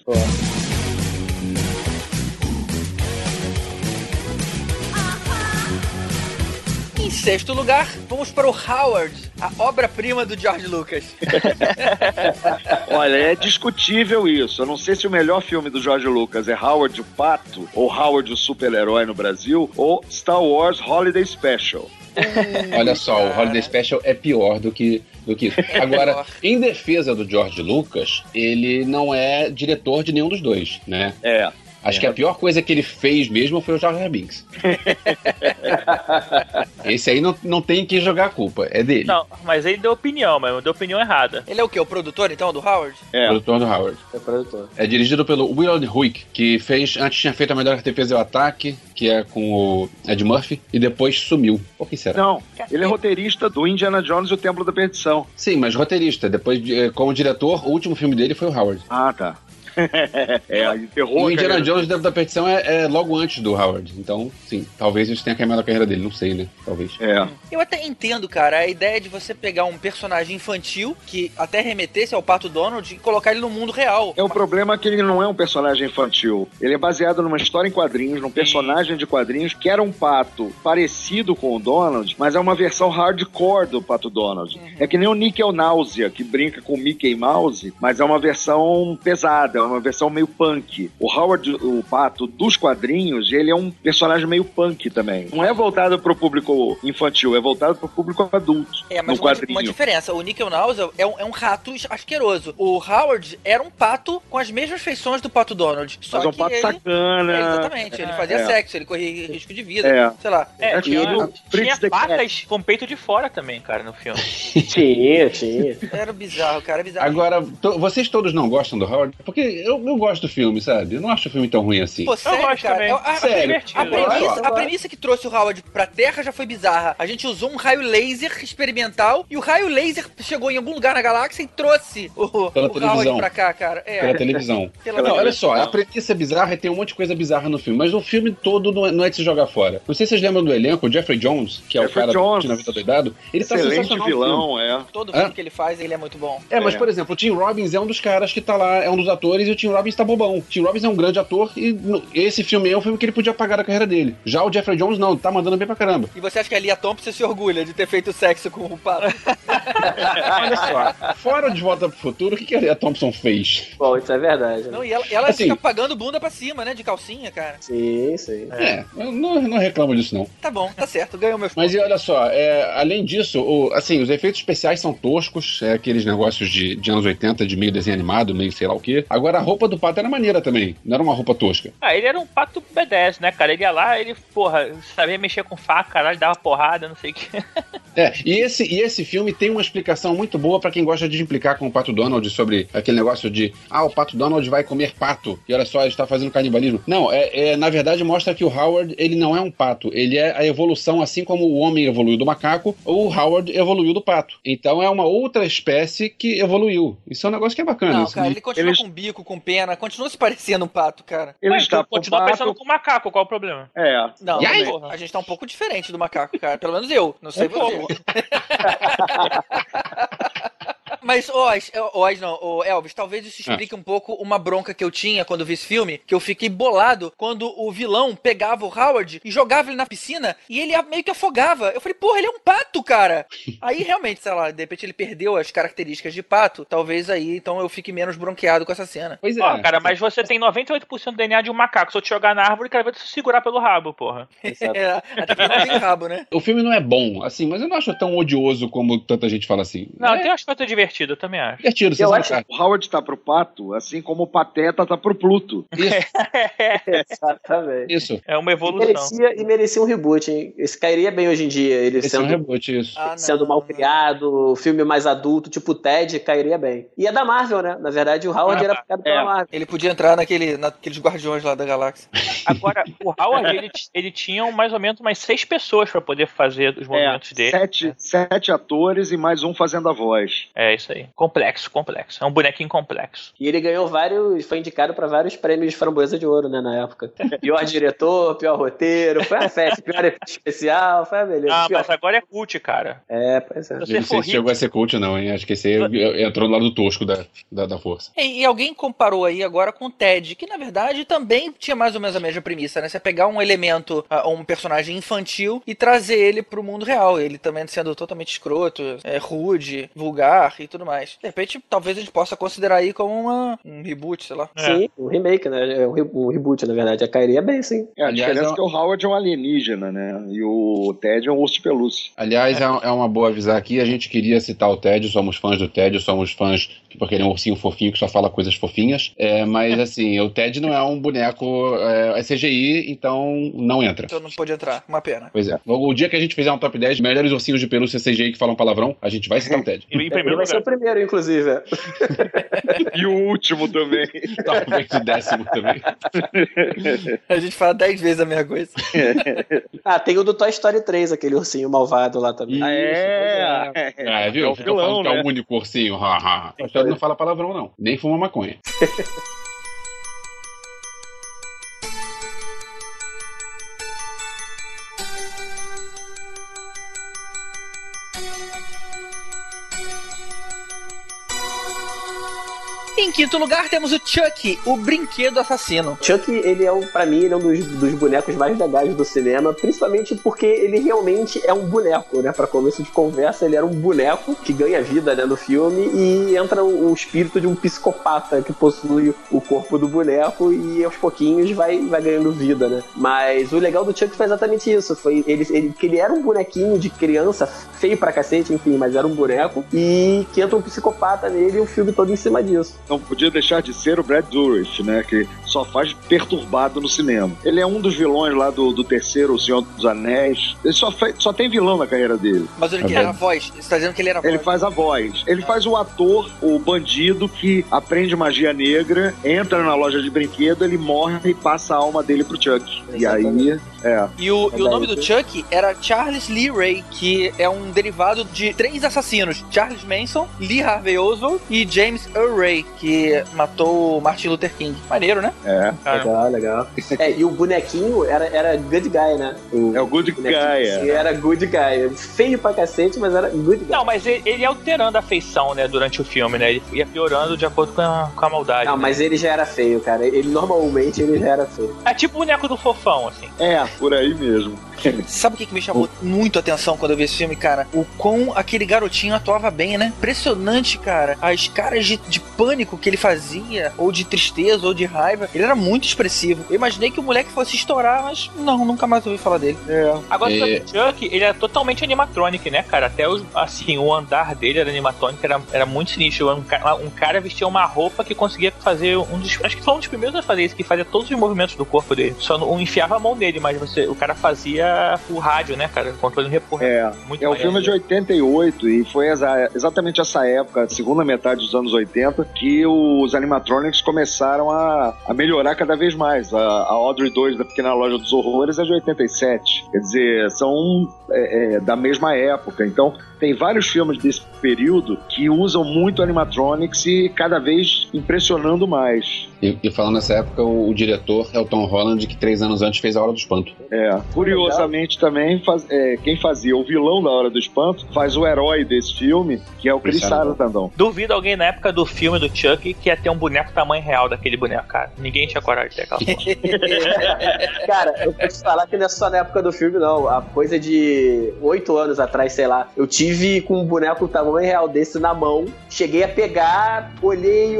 Em sexto lugar, vamos para o Howard, a obra-prima do George Lucas. Olha, é discutível isso. Eu não sei se o melhor filme do George Lucas é Howard o Pato, ou Howard o Super-Herói no Brasil, ou Star Wars Holiday Special. Olha só, o Holiday Special é pior do que isso. Agora, em defesa do George Lucas, ele não é diretor de nenhum dos dois, né? Acho que a pior coisa que ele fez mesmo foi o Jar Jar Binks. Esse aí não tem que jogar a culpa, é dele. Não, mas ele deu opinião, mas deu opinião errada. Ele é o quê? O produtor, então, do Howard? O produtor do Howard. É produtor. É dirigido pelo Willard Huyck, que antes tinha feito A Melhor Defesa e o Ataque, que é com o Ed Murphy, e depois sumiu. Por que será? Não, ele é roteirista do Indiana Jones e o Templo da Perdição. Sim, mas roteirista. Depois, como diretor, o último filme dele foi o Howard. Ah, tá. O Indiana Jones da Perdição é logo antes do Howard. Então, sim, talvez isso tenha queimado a carreira dele, não sei, né? Talvez. Eu até entendo, cara, a ideia de você pegar um personagem infantil que até remetesse ao Pato Donald e colocar ele no mundo real. O problema é que ele não é um personagem infantil. Ele é baseado numa história em quadrinhos, num personagem de quadrinhos que era um pato parecido com o Donald, mas é uma versão hardcore do Pato Donald. É que nem o Nickel Náusea, que brinca com o Mickey Mouse, mas é uma versão pesada. uma versão meio punk. O Howard, o Pato dos quadrinhos, ele é um personagem meio punk também. Não é voltado pro público infantil, é voltado pro público adulto. Mas uma diferença. O Nickel Nozzle é um rato asqueroso. O Howard era um pato com as mesmas feições do Pato Donald. Só mas que um pato ele, sacana. Exatamente. Ele fazia sexo, ele corria risco de vida. Sei lá. Tinha patas com peito de fora também, cara, no filme. Tinha. Era bizarro, cara. Bizarro. Agora, vocês todos não gostam do Howard? Porque eu gosto do filme, sabe? Eu não acho o filme tão ruim assim. Pô, sério, eu gosto cara. também. Sério. A premissa que trouxe o Howard pra Terra já foi bizarra. A gente usou um raio laser experimental e o raio laser chegou em algum lugar na galáxia e trouxe o Howard pra cá, cara. Pela televisão. Olha só, a premissa é bizarra e tem um monte de coisa bizarra no filme, mas o filme todo não é de se jogar fora. Não sei se vocês lembram do elenco, o Jeffrey Jones, que é o cara do Na Vida Doidado. Ele tá sensacional. Vilão, Todo filme que ele faz, ele é muito bom. Mas por exemplo, o Tim Robbins é um dos caras que tá lá, é um dos atores, e o Tim Robbins tá bobão. O Tim Robbins é um grande ator e esse filme é um filme que ele podia apagar da carreira dele. Já o Jeffrey Jones não, tá mandando bem pra caramba. E você acha que a Lia Thompson se orgulha de ter feito sexo com o Pato? Olha só, fora De Volta pro Futuro, o que a Lia Thompson fez? Bom, isso é verdade. Né? Não, e ela assim, fica pagando bunda pra cima, né, de calcinha, cara. Sim. Eu não reclamo disso, não. Tá bom, tá certo, ganhou meu. Mas e olha só, além disso, os efeitos especiais são toscos, aqueles negócios de anos 80, de meio desenho animado, meio sei lá o quê. Agora a roupa do Pato era maneira também, não era uma roupa tosca. Ele era um pato B10, né, cara? Ele ia lá, ele, sabia mexer com faca, caralho, dava porrada, não sei o que. E esse filme tem uma explicação muito boa pra quem gosta de implicar com o Pato Donald sobre aquele negócio de o Pato Donald vai comer pato, e olha só, ele está fazendo canibalismo. Não, na verdade mostra que o Howard, ele não é um pato, ele é a evolução, assim como o homem evoluiu do macaco, o Howard evoluiu do pato. Então é uma outra espécie que evoluiu. Isso é um negócio que é bacana. Não, cara, ele continua com bico, com pena, continua se parecendo um pato, cara. Ele continua pensando com o macaco, qual o problema? Não, a gente tá um pouco diferente do macaco, cara. Pelo menos eu, não sei você. Mas, Elvis, talvez isso explique um pouco uma bronca que eu tinha quando vi esse filme, que eu fiquei bolado quando o vilão pegava o Howard e jogava ele na piscina e ele meio que afogava. Eu falei, porra, ele é um pato, cara! Aí, realmente, sei lá, de repente ele perdeu as características de pato, talvez aí, então eu fique menos bronqueado com essa cena. Pois é. Cara, mas você tem 98% do DNA de um macaco. Se eu te jogar na árvore, cara, vai te segurar pelo rabo, porra. Até que não tem rabo, né? O filme não é bom, assim, mas eu não acho tão odioso como tanta gente fala assim. Não, tem um aspecto divertido, eu também acho. Divertido, eu acho que o Howard tá pro Pato, assim como o Pateta tá pro Pluto. Isso. Exatamente. Isso. É uma evolução. Merecia um reboot, hein? Esse cairia bem hoje em dia. Ele sendo um reboot, isso. Sendo mal criado, filme mais adulto, tipo o Ted, cairia bem. E é da Marvel, né? Na verdade, o Howard era criado pela Marvel. Ele podia entrar naqueles guardiões lá da galáxia. Agora, o Howard, ele tinha mais ou menos umas 6 pessoas pra poder fazer os movimentos dele. 7 atores e mais um fazendo a voz. É isso aí. Complexo. É um bonequinho complexo. E ele ganhou foi indicado pra vários prêmios de Framboesa de Ouro, né, na época. Pior diretor, pior roteiro, foi a festa, pior efeito especial, foi a beleza. Mas agora é cult, cara. Pois é. Não sei se chegou a ser cult, não, hein? Acho que esse aí entrou do lado tosco da força. E alguém comparou aí agora com o Ted, que na verdade também tinha mais ou menos a mesma premissa, né? Você pegar um elemento, um personagem infantil e trazer ele pro mundo real. Ele também sendo totalmente escroto, rude, vulgar e tudo mais. De repente, talvez a gente possa considerar aí como um reboot, sei lá. Sim, um remake, né? Um reboot, na verdade. Já cairia bem, sim. A diferença é que o Howard é um alienígena, né? E o Ted é um urso de pelúcia. Aliás, é uma boa avisar aqui, a gente queria citar o Ted, somos fãs do Ted, somos fãs porque ele é um ursinho fofinho que só fala coisas fofinhas, mas assim, o Ted não é um boneco, é CGI, então não entra. Então não pode entrar, uma pena. Pois é. O dia que a gente fizer um top 10 melhores ursinhos de pelúcia CGI que falam palavrão, a gente vai citar o Ted. Ele vai ser o primeiro, inclusive. E o último também. Talvez o 10º também. A gente fala 10 vezes a mesma coisa. Tem o do Toy Story 3, aquele ursinho malvado lá também. Viu? Fica falando que é o único ursinho. Toy Story não fala palavrão, não. Nem fuma maconha. Em quinto lugar, temos o Chucky, o brinquedo assassino. Chucky, ele é, pra mim, ele é um dos bonecos mais legais do cinema, principalmente porque ele realmente é um boneco, né? Pra começo de conversa, ele era um boneco que ganha vida, né, no filme, e entra o espírito de um psicopata que possui o corpo do boneco e aos pouquinhos vai ganhando vida, né? Mas o legal do Chucky foi exatamente isso, foi que ele era um bonequinho de criança, feio pra cacete, enfim, mas era um boneco, e que entra um psicopata nele e o filme todo em cima disso. Não podia deixar de ser o Brad Dourif, né, que só faz perturbado no cinema. Ele é um dos vilões lá do terceiro O Senhor dos Anéis. Ele só tem vilão na carreira dele. Mas ele era a voz. Você tá dizendo que ele era a voz? Ele faz a voz. Ele faz o ator, o bandido que aprende magia negra, entra na loja de brinquedo, ele morre e passa a alma dele pro Chuck. E aí... E o nome do Chuck era Charles Lee Ray, que é um derivado de 3 assassinos: Charles Manson, Lee Harvey Oswald e James Earl Ray, que matou Martin Luther King. Maneiro, né? Legal. E o bonequinho era good guy, né? O good guy, Era good guy. Feio pra cacete, mas era good guy. Não, mas ele ia alterando a feição, né, durante o filme, né? Ele ia piorando de acordo com a maldade. Não, né? Mas ele já era feio, cara. Ele normalmente já era feio. É tipo o boneco do Fofão, assim. Por aí mesmo. Sabe o que me chamou muito a atenção quando eu vi esse filme, cara? O quão aquele garotinho atuava bem, né? Impressionante, cara. As caras de pânico que ele fazia, ou de tristeza, ou de raiva, ele era muito expressivo. Eu imaginei que o moleque fosse estourar, mas não, nunca mais ouvi falar dele. Agora, sobre o Chuck, ele era totalmente animatronic, né, cara? Até o andar dele era animatronic, era muito sinistro. Um cara vestia uma roupa que conseguia fazer acho que foi um dos primeiros a fazer isso, que fazia todos os movimentos do corpo dele. Só não enfiava a mão nele, mas o cara fazia o rádio, né, cara? Controle recorrente. O filme é de 88 e foi exatamente essa época, a segunda metade dos anos 80, que os animatronics começaram a melhorar cada vez mais. A Audrey 2 da Pequena Loja dos Horrores é de 87. Quer dizer, são da mesma época. Então, tem vários filmes desse período que usam muito animatronics e cada vez impressionando mais. E falando nessa época, o diretor é o Tom Holland, que 3 anos antes fez A Hora do Espanto. Curiosamente também, quem fazia o vilão da Hora do Espanto faz o herói desse filme, que é o Chris Sarandon. Duvido alguém na época do filme do Chuck que ia ter um boneco tamanho real daquele boneco, cara. Ninguém tinha coragem de ter aquela porra. Cara, eu vou te falar que não é só na época do filme, não. A coisa de 8 anos atrás, sei lá, eu tive com um boneco tamanho real desse na mão, cheguei a pegar, olhei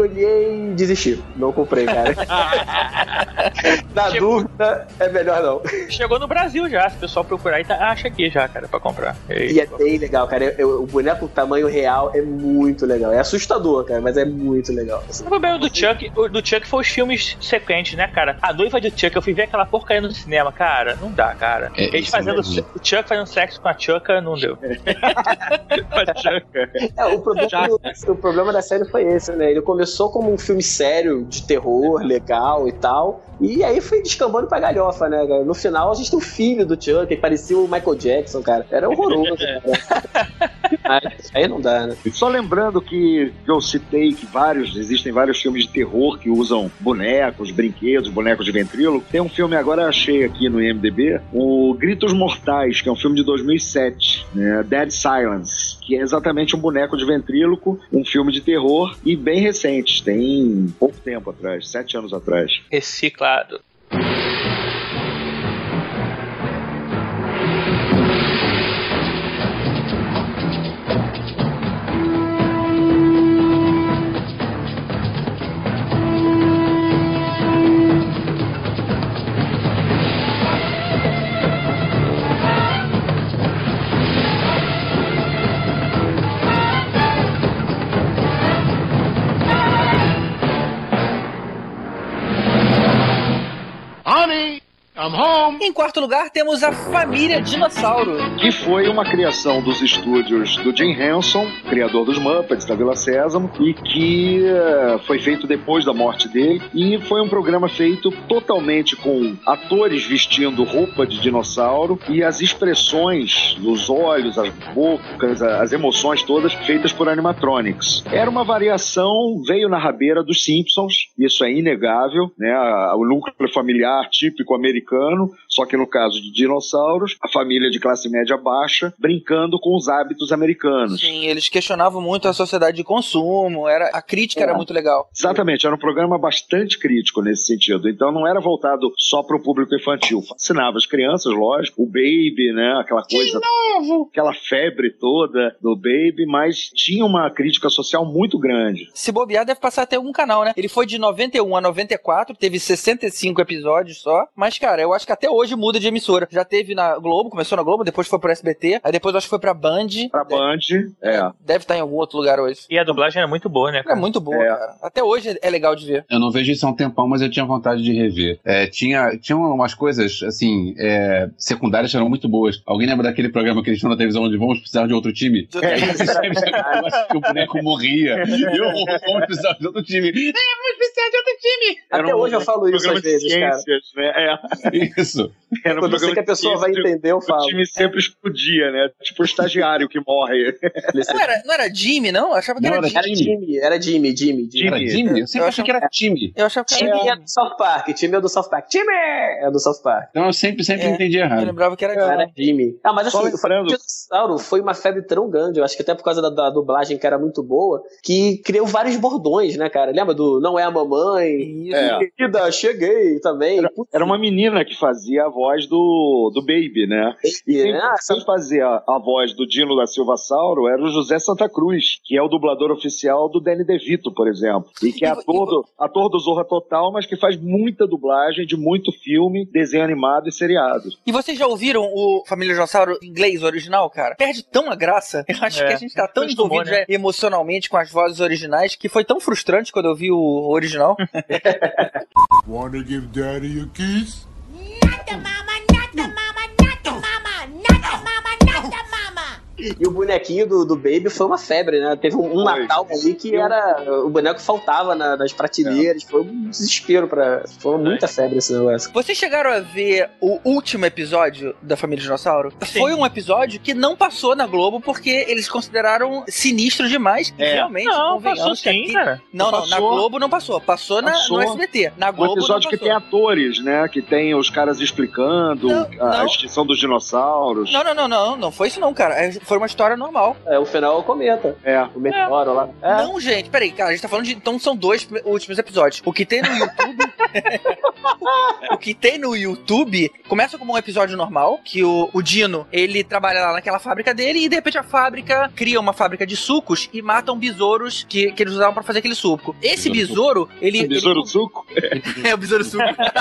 e desisti. Não comprei, cara. Na dúvida, é melhor não. Chegou no Brasil já, se o pessoal procurar, acha aqui já, cara, pra comprar. E é bem legal, cara. O boneco tamanho real é muito legal. É assustador, cara, mas é muito legal. Assim. O problema do Chuck foi os filmes sequentes, né, cara? A noiva de Chuck, eu fui ver aquela porcaria no cinema, cara, não dá, cara. Eles fazendo o Chuck fazendo sexo com a Chucka, não deu. O problema da série foi esse, né? Ele começou como um filme sério, de terror, legal e tal, e aí foi descambando pra galhofa, né, cara? No final a gente tem o filho do Chuck, que parecia o Michael Jackson, cara. Era horroroso, cara. Aí não dá, né? Só lembrando que eu citei que existem vários filmes de terror que usam bonecos, brinquedos, bonecos de ventríloco. Tem um filme, agora achei aqui no IMDb, o Gritos Mortais, que é um filme de 2007, né? Dead Silence, que é exatamente um boneco de ventríloco, um filme de terror e bem recente, tem pouco tempo atrás, 7 anos atrás. Reciclado. Em quarto lugar, temos a Família Dinossauro, que foi uma criação dos estúdios do Jim Henson, criador dos Muppets, da Vila Sésamo, e que foi feito depois da morte dele, e foi um programa feito totalmente com atores vestindo roupa de dinossauro e as expressões, os olhos, as bocas, as emoções todas feitas por animatronics. Era uma variação, veio na rabeira dos Simpsons, isso é inegável, né? O núcleo familiar típico americano, Só que no caso de dinossauros, a família de classe média baixa brincando com os hábitos americanos. Sim, eles questionavam muito a sociedade de consumo, a crítica era muito legal. Exatamente, era um programa bastante crítico nesse sentido. Então não era voltado só para o público infantil. Fascinava as crianças, lógico. O Baby, né? Aquela coisa, aquela febre toda do Baby, mas tinha uma crítica social muito grande. Se bobear, deve passar até algum canal, né? Ele foi de 91 a 94, teve 65 episódios só. Mas, cara, eu acho que até hoje muda de emissora. Já teve na Globo, começou na Globo, depois foi pro SBT, aí depois eu acho que foi pra Band. Deve estar em algum outro lugar hoje. E a dublagem era muito boa, né, cara? É muito boa, cara. Até hoje é legal de ver. Eu não vejo isso há um tempão, mas eu tinha vontade de rever. Tinha umas coisas, assim, secundárias que eram muito boas. Alguém lembra daquele programa que eles tinham na televisão onde vamos precisar de outro time? Que o boneco morria. E vamos precisar de outro time. Vamos precisar de outro time. Até hoje eu falo isso às vezes, cara. Né? Isso. Quando eu sei que a pessoa vai entender, eu falo. O time sempre explodia, né? Tipo o estagiário que morre. Não era Jimmy, não? Eu achava que era Jimmy. Era Jimmy. Era Jimmy? Eu sempre achei que era time. Eu achava que era Time é do South Park. Time é do South Park. Time é do South Park. Então eu sempre entendi errado. Eu lembrava que era Jimmy. Mas assim, o dinossauro foi uma febre tão grande, eu acho que até por causa da dublagem que era muito boa, que criou vários bordões, né, cara? Lembra do Não é a Mamãe? Querida, cheguei também. Era uma menina que fazia a voz do Baby, né? Quem fazia a voz do Dino da Silva Sauro era o José Santa Cruz, que é o dublador oficial do Danny DeVito, por exemplo. E que é ator do Zorra Total, mas que faz muita dublagem de muito filme, desenho animado e seriado. E vocês já ouviram o Família Dinossauro em inglês original, cara? Perde tão a graça. Eu acho que a gente tá tão envolvido já emocionalmente com as vozes originais que foi tão frustrante quando eu vi o original. Wanna give daddy a kiss? E o bonequinho do Baby foi uma febre, né? Teve um Natal ali que era... O boneco faltava nas prateleiras. Foi um desespero Foi muita febre esse negócio. Vocês chegaram a ver o último episódio da Família Dinossauro? Sim. Foi um episódio que não passou na Globo porque eles consideraram sinistro demais. E realmente, não, passou sim, cara. Não, na Globo não passou. Passou no SBT. Na Globo um episódio que tem atores, né? Que tem os caras explicando a extinção dos dinossauros. Não foi isso não, cara. Foi uma história normal. O final é o cometa. O meteoro lá. Não, gente, peraí, cara, a gente tá falando de... Então são 2 últimos episódios. O que tem no YouTube... o que tem no YouTube começa como um episódio normal, que o Dino, ele trabalha lá naquela fábrica dele e de repente a fábrica cria uma fábrica de sucos e matam besouros que eles usavam pra fazer aquele suco. Esse besouro, suco? O besouro suco.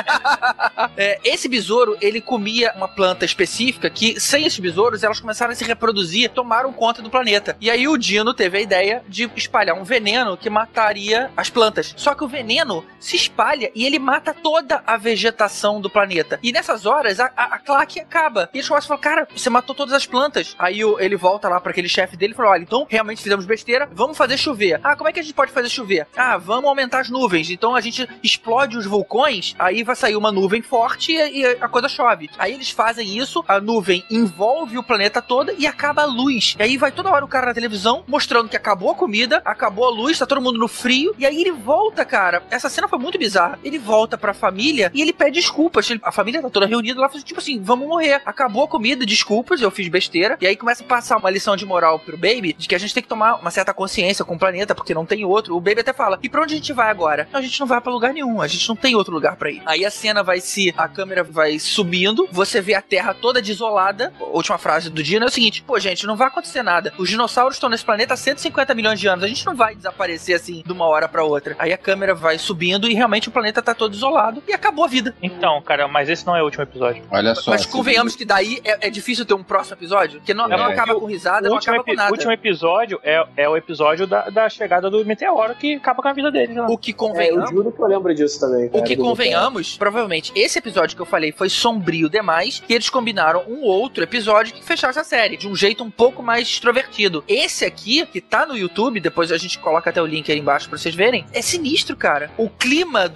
Esse besouro, ele comia uma planta específica que, sem esses besouros, elas começaram a se reproduzir, tomaram conta do planeta. E aí o Dino teve a ideia de espalhar um veneno que mataria as plantas. Só que o veneno se espalha e ele mata toda a vegetação do planeta. E nessas horas, a claque acaba. E eles começam a falar, cara, você matou todas as plantas. Aí ele volta lá pra aquele chefe dele e fala, olha, então realmente fizemos besteira, vamos fazer chover. Como é que a gente pode fazer chover? Vamos aumentar as nuvens. Então a gente explode os vulcões, aí vai sair uma nuvem forte e a coisa chove. Aí eles fazem isso, a nuvem envolve o planeta todo e acaba a luz. E aí vai toda hora o cara na televisão mostrando que acabou a comida, acabou a luz, tá todo mundo no frio. E aí ele volta, cara. Essa cena foi muito bizarra. Ele volta pra família e ele pede desculpas. A família tá toda reunida lá, tipo assim, vamos morrer. Acabou a comida, desculpas, eu fiz besteira. E aí começa a passar uma lição de moral pro Baby, de que a gente tem que tomar uma certa consciência com o planeta, porque não tem outro. O Baby até fala, e pra onde a gente vai agora? Não, a gente não vai pra lugar nenhum, a gente não tem outro lugar pra ir. Aí a cena a câmera vai subindo, você vê a Terra toda desolada. A última frase do Dino é o seguinte, pô, gente, não vai acontecer nada. Os dinossauros estão nesse planeta há 150 milhões de anos, a gente não vai desaparecer assim de uma hora pra outra. Aí a câmera vai subindo e realmente o planeta tá todo isolado e acabou a vida. Então, cara, mas esse não é o último episódio. Olha só. Mas convenhamos que daí é difícil ter um próximo episódio, porque não acaba com risada, não acaba com nada. O último episódio é o episódio da chegada do meteoro que acaba com a vida deles. Né? O que convenhamos... eu juro que eu lembro disso também. Cara, o que convenhamos, provavelmente, esse episódio que eu falei foi sombrio demais e eles combinaram um outro episódio que fechasse a série, de um jeito um pouco mais extrovertido. Esse aqui, que tá no YouTube, depois a gente coloca até o link aí embaixo pra vocês verem, é sinistro, cara. O clima do seriado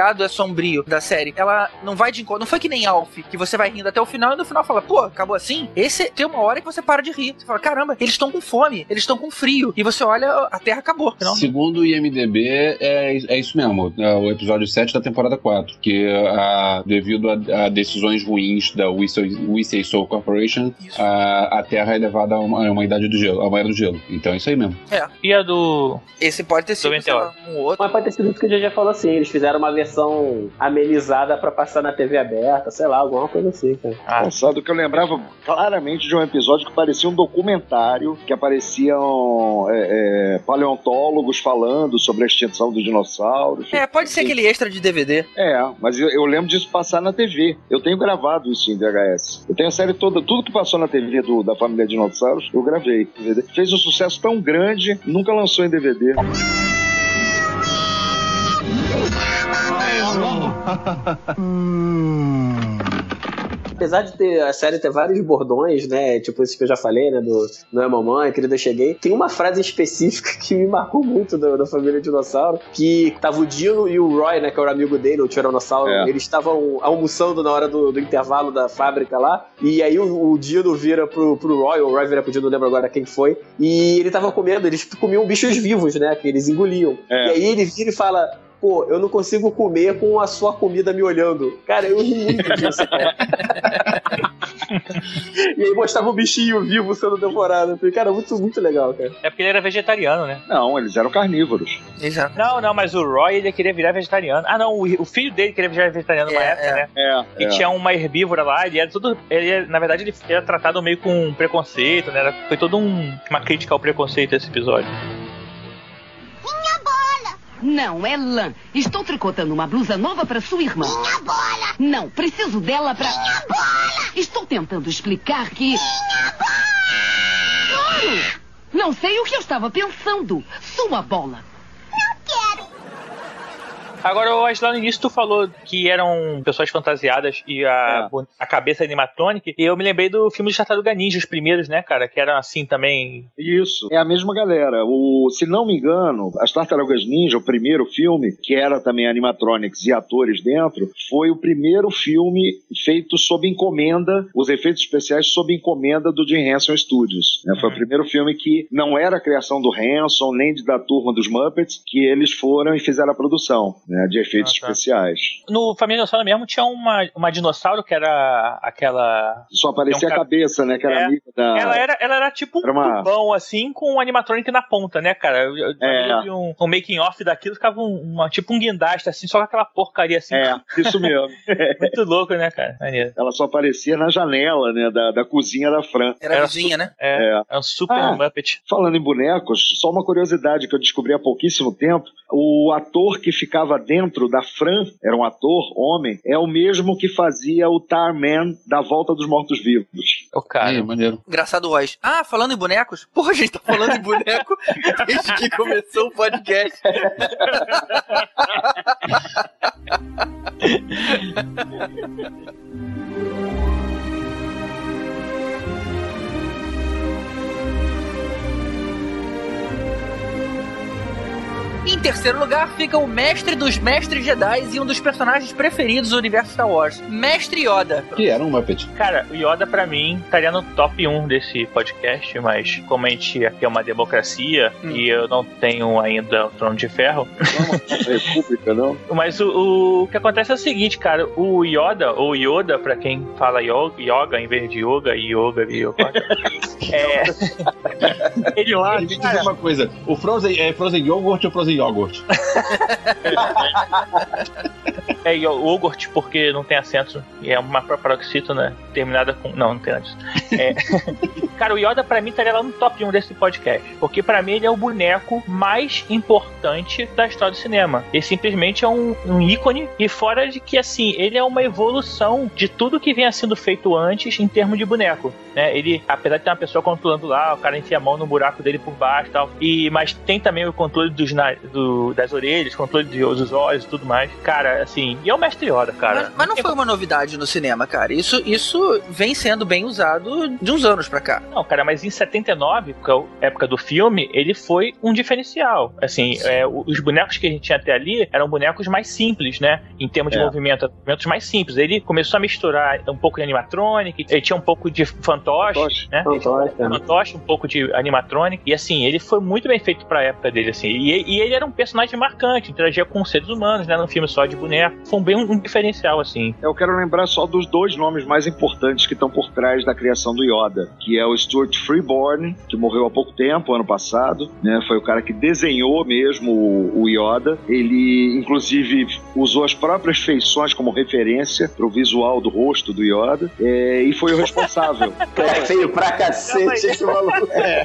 lado sombrio da série. Ela não vai de encontro. Não foi que nem Alf, que você vai rindo até o final e no final fala, pô, acabou assim? Esse tem uma hora que você para de rir. Você fala, caramba, eles estão com fome, eles estão com frio. E você olha, a Terra acabou. Não? Segundo o IMDb, é isso mesmo. É o episódio 7 da temporada 4. Que devido a decisões ruins da We Say So Corporation, a Terra é levada a uma idade do gelo, a uma era do gelo. Então é isso aí mesmo. E a do... Esse pode ter sido um outro. Mas pode ter sido isso que o já falou assim. Eles fizeram uma versão amenizada pra passar na TV aberta, sei lá, alguma coisa assim, cara. Engraçado que eu lembrava claramente de um episódio que parecia um documentário, que apareciam paleontólogos falando sobre a extinção dos dinossauros. Pode ser aquele extra de DVD. Mas eu lembro disso passar na TV. Eu tenho gravado isso em VHS. Eu tenho a série toda, tudo que passou na TV da família Dinossauros, eu gravei. Fez um sucesso tão grande, nunca lançou em DVD. Apesar de a série ter vários bordões, né, tipo esse que eu já falei, né, do Não é Mamãe, Querida Eu Cheguei, tem uma frase específica que me marcou muito da família Dinossauro, que tava o Dino e o Roy, né, que era o amigo dele, o Tiranossauro, eles estavam almoçando na hora do intervalo da fábrica lá, e aí o Dino vira pro Roy, o Roy vira pro Dino, não lembro agora quem foi, e ele tava comendo, eles comiam bichos vivos, né, que eles engoliam. E aí ele vira e fala... Pô, eu não consigo comer com a sua comida me olhando. Cara, eu ri muito disso, cara. E aí mostrava um bichinho vivo sendo devorado. Eu falei, cara, muito, muito legal, cara. É porque ele era vegetariano, né? Não, eles eram carnívoros. Exato. Não, mas o Roy, ele queria virar vegetariano. Ah, não, o filho dele queria virar vegetariano numa época, né? E tinha uma herbívora lá, na verdade, ele era tratado meio com preconceito, né? Foi toda uma crítica ao preconceito esse episódio. Não, é lã. Estou tricotando uma blusa nova para sua irmã. Minha bola! Não, preciso dela para... Minha bola! Estou tentando explicar que... Minha bola! Claro! Não sei o que eu estava pensando. Sua bola. Não quero. Agora, lá no início tu falou que eram pessoas fantasiadas e a cabeça animatrônica, e eu me lembrei do filme de Tartaruga Ninja, os primeiros, né, cara, que eram assim também. Isso, é a mesma galera. Se não me engano, as Tartarugas Ninja, o primeiro filme, que era também animatronics e atores dentro, foi o primeiro filme feito sob encomenda, os efeitos especiais sob encomenda do Jim Henson Studios. Né? Foi o primeiro filme que não era a criação do Henson, nem da turma dos Muppets, que eles foram e fizeram a produção. Né, de efeitos especiais. No Família Dinossauro mesmo tinha uma dinossauro que era aquela... Só aparecia a cabeça, né? Que era amiga da... Ela era tipo um tubão, assim, com um animatronic na ponta, né, cara? Eu vi um making off daquilo, ficava tipo um guindaste, assim, só com aquela porcaria assim. Isso mesmo. Muito louco, né, cara? Ela só aparecia na janela, né? Da cozinha da Fran. Era vizinha, né? É um super Muppet. Falando em bonecos, só uma curiosidade que eu descobri há pouquíssimo tempo, o ator que ficava dentro da Fran, era um ator, homem, é o mesmo que fazia o Tarman da Volta dos Mortos-Vivos. O cara, maneiro. Engraçado, Royce. Falando em bonecos? Porra, a gente tá falando em boneco desde que começou o podcast. Em terceiro lugar fica o mestre dos mestres Jedi e um dos personagens preferidos do universo Star Wars, Mestre Yoda. Que era um Muppet. Cara, o Yoda pra mim estaria no top 1 desse podcast, mas como a gente aqui é uma democracia e eu não tenho ainda o Trono de Ferro. Não, república, não. Mas o que acontece é o seguinte, cara, o Yoda, ou Yoda, pra quem fala yoga em vez de yoga, yoga. Ele me diz uma coisa, o Frozen é Frozen Yogurt ou Frozen Yogurt? É Yogurt porque não tem acento e é uma paroxítona terminada com... Não tem nada disso. Cara, o Yoda pra mim estaria lá no top 1 desse podcast, porque pra mim ele é o boneco mais importante da história do cinema. Ele simplesmente é um ícone, e fora de que, assim, ele é uma evolução de tudo que vinha sendo feito antes em termos de boneco. né? Ele, apesar de ter uma pessoa controlando lá, o cara enfia a mão no buraco dele por baixo e tal. Mas tem também o controle das orelhas, controle dos olhos e tudo mais. Cara, assim, e é o Mestre Yoda, cara. Mas não foi uma novidade no cinema, cara. Isso vem sendo bem usado de uns anos pra cá. Não, cara, mas em 79, que é a época do filme, ele foi um diferencial. Assim, os bonecos que a gente tinha até ali eram bonecos mais simples, né? Em termos de movimentos mais simples. Ele começou a misturar um pouco de animatronic, ele tinha um pouco de fantoche, né? Fantoche, um pouco de animatronic. E assim, ele foi muito bem feito pra época dele, assim. E ele era um personagem marcante, interagia com os seres humanos, né? Num filme só de boneco. Foi bem um diferencial, assim. Eu quero lembrar só dos dois nomes mais importantes que estão por trás da criação do Yoda, que é o Stuart Freeborn, que morreu há pouco tempo, ano passado, né? Foi o cara que desenhou mesmo o Yoda. Ele, inclusive, usou as próprias feições como referência pro visual do rosto do Yoda, e foi o responsável. É feio pra cacete esse maluco.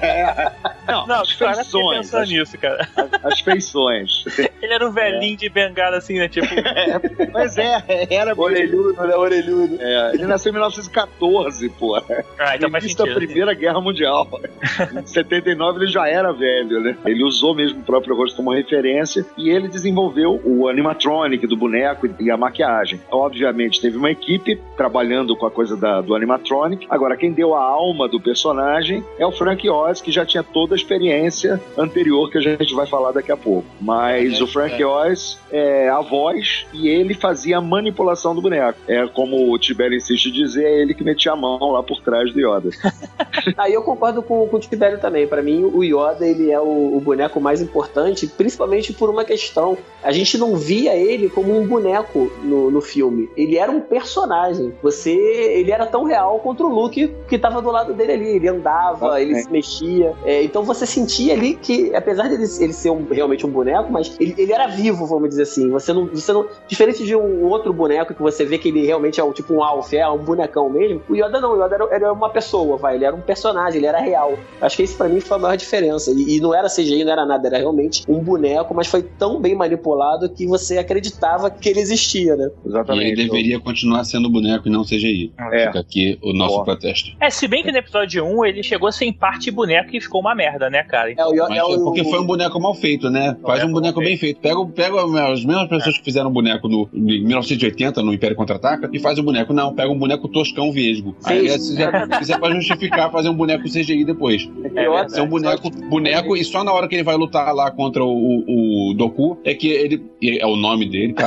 Não, as feições. Nisso, cara. As feições. Ele era um velhinho de bengala, assim, né? Tipo... Mas era orelhudo, né? Orelhudo. Ele nasceu em 1914, pô. Então faz sentido. Da Primeira Guerra Mundial. Em 79 ele já era velho, né? Ele usou mesmo o próprio rosto como referência e ele desenvolveu o animatronic do boneco e a maquiagem. Obviamente teve uma equipe trabalhando com a coisa do animatronic. Agora, quem deu a alma do personagem é o Frank Oz, que já tinha toda a experiência anterior que a gente vai falar daqui a pouco. Mas o Frank Oz é a voz e ele fazia a manipulação do boneco. Como o Tibério insiste em dizer, é ele que metia a mão lá por trás do Yoda. Aí eu concordo com o Tibério também. Pra mim, o Yoda, ele é o boneco mais importante, principalmente por uma questão. A gente não via ele como um boneco no filme. Ele era um personagem. Ele era tão real quanto o Luke que tava do lado dele ali. Ele andava, ele se mexia. Então você sentia ali que, apesar de ele ser realmente um boneco, mas ele era vivo, vamos dizer assim. Você não, diferente de um outro boneco que você vê que ele realmente é tipo um Alf, um bonecão mesmo, o Yoda não. O Yoda era uma pessoa, ele era um personagem, ele era real. Acho que isso pra mim foi a maior diferença. E não era CGI, não era nada, era realmente um boneco, mas foi tão bem manipulado que você acreditava que ele existia, né? Exatamente. E ele deveria continuar sendo boneco e não CGI. Fica aqui o nosso protesto. Se bem que no episódio 1 ele chegou a ser em parte boneco e ficou uma merda, né, cara? Porque foi um boneco mal feito, né? Faz um boneco bem feito. Pega as mesmas pessoas que fizeram boneco em 1980, no Império Contra-Ataca, e faz um boneco. Não, pega um boneco toscão vesgo. Aí isso é pra justificar fazer um boneco CGI depois. Ser um boneco e só na hora que ele vai lutar lá contra o Dooku é que ele... É o nome dele, tá?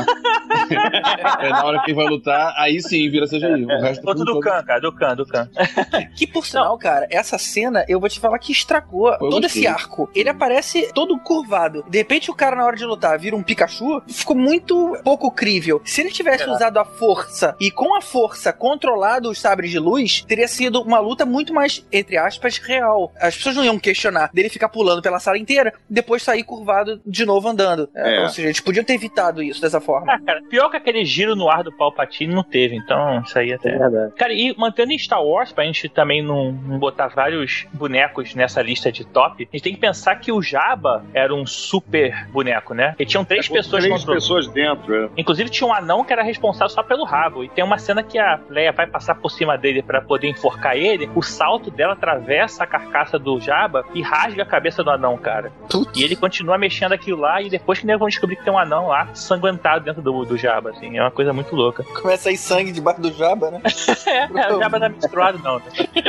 Na hora que ele vai lutar, aí sim vira CGI. O resto outro do Khan, cara. Do Khan. Que por sinal, cara, essa cena, eu vou te falar que estragou todo esse arco. Ele aparece todo curvado. De repente o cara, na hora de lutar, vira um Pikachu. Ficou muito pouco crível. Se ele tivesse usado a força e com a força controlado os sabres de luz, teria sido uma luta muito mais, entre aspas, real. As pessoas não iam questionar dele ficar pulando pela sala inteira e depois sair curvado de novo andando. Ou seja, eles podiam ter evitado isso dessa forma. Cara, pior que aquele giro no ar do Palpatine não teve, então isso aí até... Cara, e mantendo em Star Wars, pra gente também não botar vários bonecos nessa lista de top, a gente tem que pensar que o Jabba era um super boneco, né? E tinham três pessoas dentro. Inclusive tinha um anão que era responsável só pelo rabo. E tem uma cena que a Leia vai passar por cima dele pra poder enforcar ele. O salto dela atravessa a carcaça do Jabba e rasga a cabeça do anão, cara. E ele continua mexendo aquilo lá e depois que vão descobrir que tem um anão lá sanguentado dentro do Jabba, assim. É uma coisa muito louca. Começa a ir sangue debaixo do Jabba, né? O Jabba tá menstruado, não.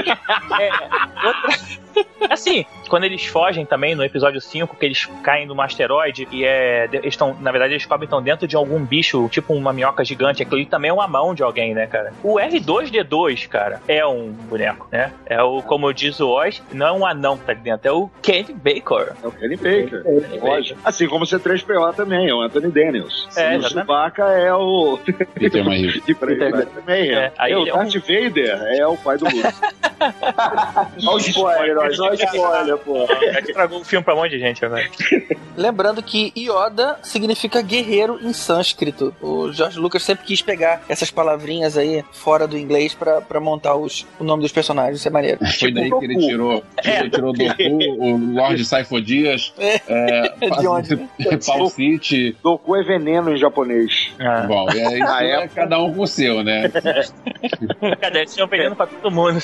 Assim, quando eles fogem também no episódio 5, que eles caem num asteroide e eles estão, na verdade, eles estão dentro de algum bicho, tipo uma minhoca gigante. Aquilo ali também é uma mão de alguém, né, cara? O R2-D2, cara, é um boneco, né? Como diz o Oz, não é um anão que tá ali dentro, é o Kenny Baker. É o Kenny Baker. Lógico. Assim como o C3PO também, é o Anthony Daniels. O Chewbacca é o... Peter Mayhew. O Darth Vader é o pai do Luke. Olha o spoiler, pô. Estragou o filme pra um monte de gente agora. Lembrando que Yoda significa guerreiro em sânscrito. O George Lucas sempre quis pegar essas palavrinhas aí fora do inglês pra montar o nome dos personagens. Isso é maneiro. Foi daí que ele tirou o Dooku, o Lord Saifo-Dyas, de onde? Paul City. Dooku é veneno em japonês. Bom, é cada um com o seu, né? Cadê? Eles tinham pegando pra todo mundo isso aí.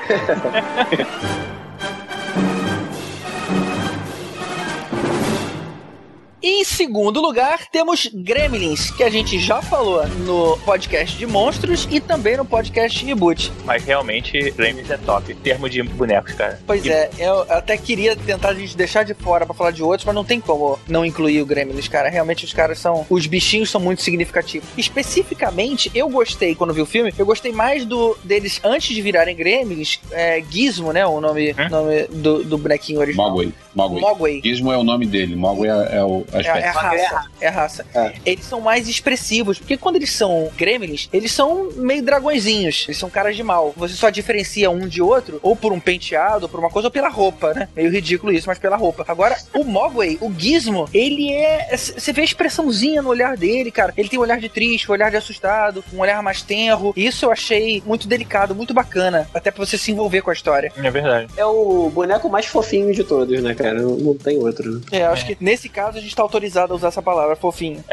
Em segundo lugar, temos Gremlins, que a gente já falou no podcast de monstros e também no podcast Reboot. Mas realmente, Gremlins é top. Termo de bonecos, cara. Pois é, eu até queria tentar a gente deixar de fora pra falar de outros, mas não tem como não incluir o Gremlins, cara. Realmente os caras são... Os bichinhos são muito significativos. Especificamente, eu gostei, quando vi o filme, eu gostei mais deles antes de virarem Gremlins. Gizmo, né? O nome do bonequinho original. Mogwai. Gizmo é o nome dele. Mogwai é a raça. Eles são mais expressivos, porque quando eles são gremlins, eles são meio dragõezinhos, eles são caras de mal. Você só diferencia um de outro, ou por um penteado, ou por uma coisa, ou pela roupa, né? Meio ridículo isso, mas pela roupa. Agora, o Mogwai, o Gizmo, ele é... Você vê a expressãozinha no olhar dele, cara. Ele tem um olhar de triste, um olhar de assustado, um olhar mais tenro. Isso eu achei muito delicado, muito bacana, até pra você se envolver com a história. É verdade. É o boneco mais fofinho de todos, né, cara? Não tem outro, né? Acho que nesse caso a gente tá autorizado a usar essa palavra, fofinho.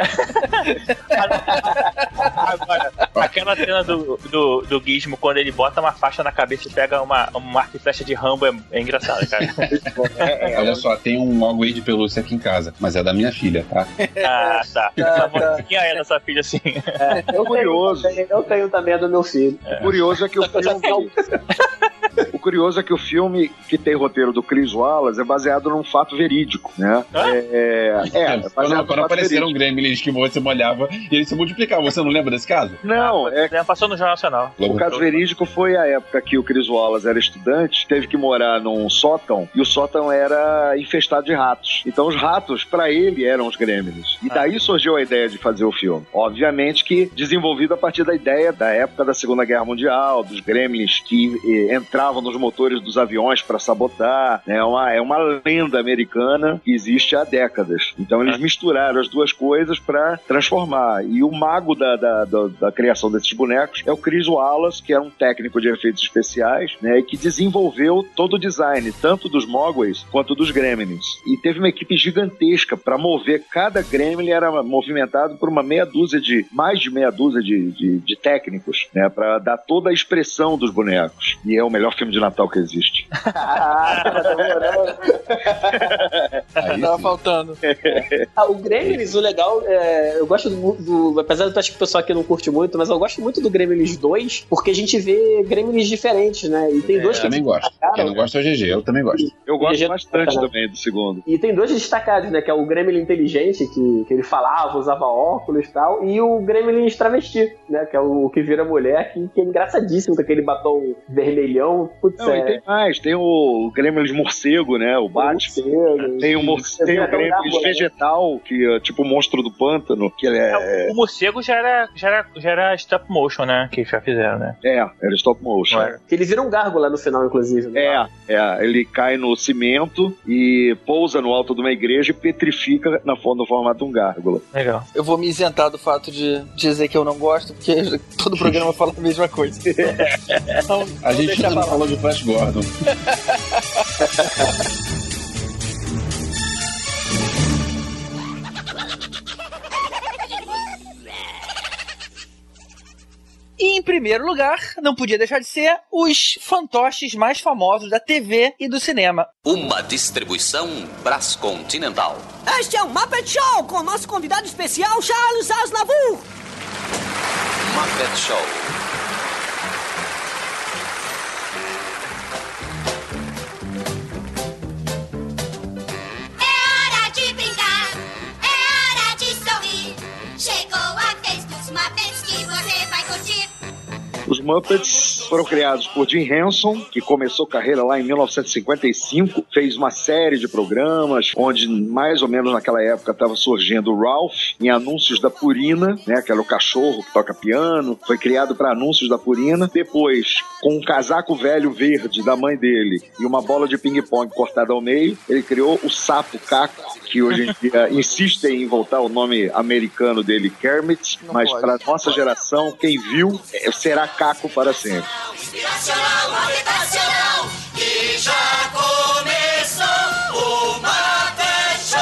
Agora, aquela cena do Gizmo, quando ele bota uma faixa na cabeça e pega uma arco e flecha de Rambo, é engraçado, cara. Olha só, tem um Mogwai de pelúcia aqui em casa, mas é da minha filha, tá? Ah, tá. Quem é dessa filha assim? É curioso. Eu tenho também a do meu filho. O curioso é que o filme... O curioso é que o filme, que tem roteiro do Chris Wallace, é baseado num fato verídico, né? Quando apareceram gremlins que você molhava e eles se multiplicavam, você não lembra desse caso? Não, passou no Jornal Nacional. O caso verídico foi a época que o Chris Wallace era estudante, teve que morar num sótão, e o sótão era infestado de ratos. Então os ratos, pra ele, eram os gremlins. E daí surgiu a ideia de fazer o filme. Obviamente que desenvolvido a partir da ideia da época da Segunda Guerra Mundial, dos gremlins que entravam nos motores dos aviões para sabotar, né? É uma lenda americana que existe há décadas. Então eles misturaram as duas coisas para transformar. E o mago da criação desses bonecos é o Chris Wallace, que é um técnico de efeitos especiais, né? E que desenvolveu todo o design, tanto dos Mogwais quanto dos Gremlins. E teve uma equipe gigantesca para mover. Cada Gremlin era movimentado por mais de meia dúzia de técnicos, né? Para dar toda a expressão dos bonecos. E é o melhor filme de Natal que existe. Tava faltando. O Gremlins, o legal, eu gosto do apesar de eu acho que o pessoal aqui não curte muito, mas eu gosto muito do Gremlins 2, porque a gente vê Gremlins diferentes, né? E tem dois que também gosto. Quem não gosta é o GG, eu também gosto. Eu gosto bastante também do segundo. E tem dois destacados, né? Que é o Gremlin inteligente, que ele falava, usava óculos e tal, e o Gremlin travesti, né? Que é o que vira mulher, que é engraçadíssimo, com aquele batom vermelhão. Putz, e tem mais, tem o Gremlins morcego, né? O Batman. Tem o Gremlins vegetal, que é tipo o monstro do pântano, que ele é... O morcego já era stop motion, né? Que já fizeram, né? Era stop motion. Que ele vira um gárgula no final, inclusive. Né? Ele cai no cimento e pousa no alto de uma igreja e petrifica no formato de um gárgula. Legal. Eu vou me isentar do fato de dizer que eu não gosto, porque todo programa fala a mesma coisa. Então, a gente não falou de Flash Gordon. E em primeiro lugar, não podia deixar de ser os fantoches mais famosos da TV e do cinema. Uma distribuição Brascontinental. Este é o Muppet Show com nosso convidado especial, Charles Aznavour. Muppet Show. Os Muppets foram criados por Jim Henson, que começou carreira lá em 1955, fez uma série de programas, onde mais ou menos naquela época estava surgindo o Ralph, em anúncios da Purina, né, que era o cachorro que toca piano, foi criado para anúncios da Purina. Depois, com um casaco velho verde da mãe dele e uma bola de ping-pong cortada ao meio, ele criou o Sapo Caco, que hoje em dia insistem em voltar o nome americano dele, Kermit, mas para nossa geração, quem viu, será Caco para sempre. Inspiracional, motivacional, que já começou o Muppet Show.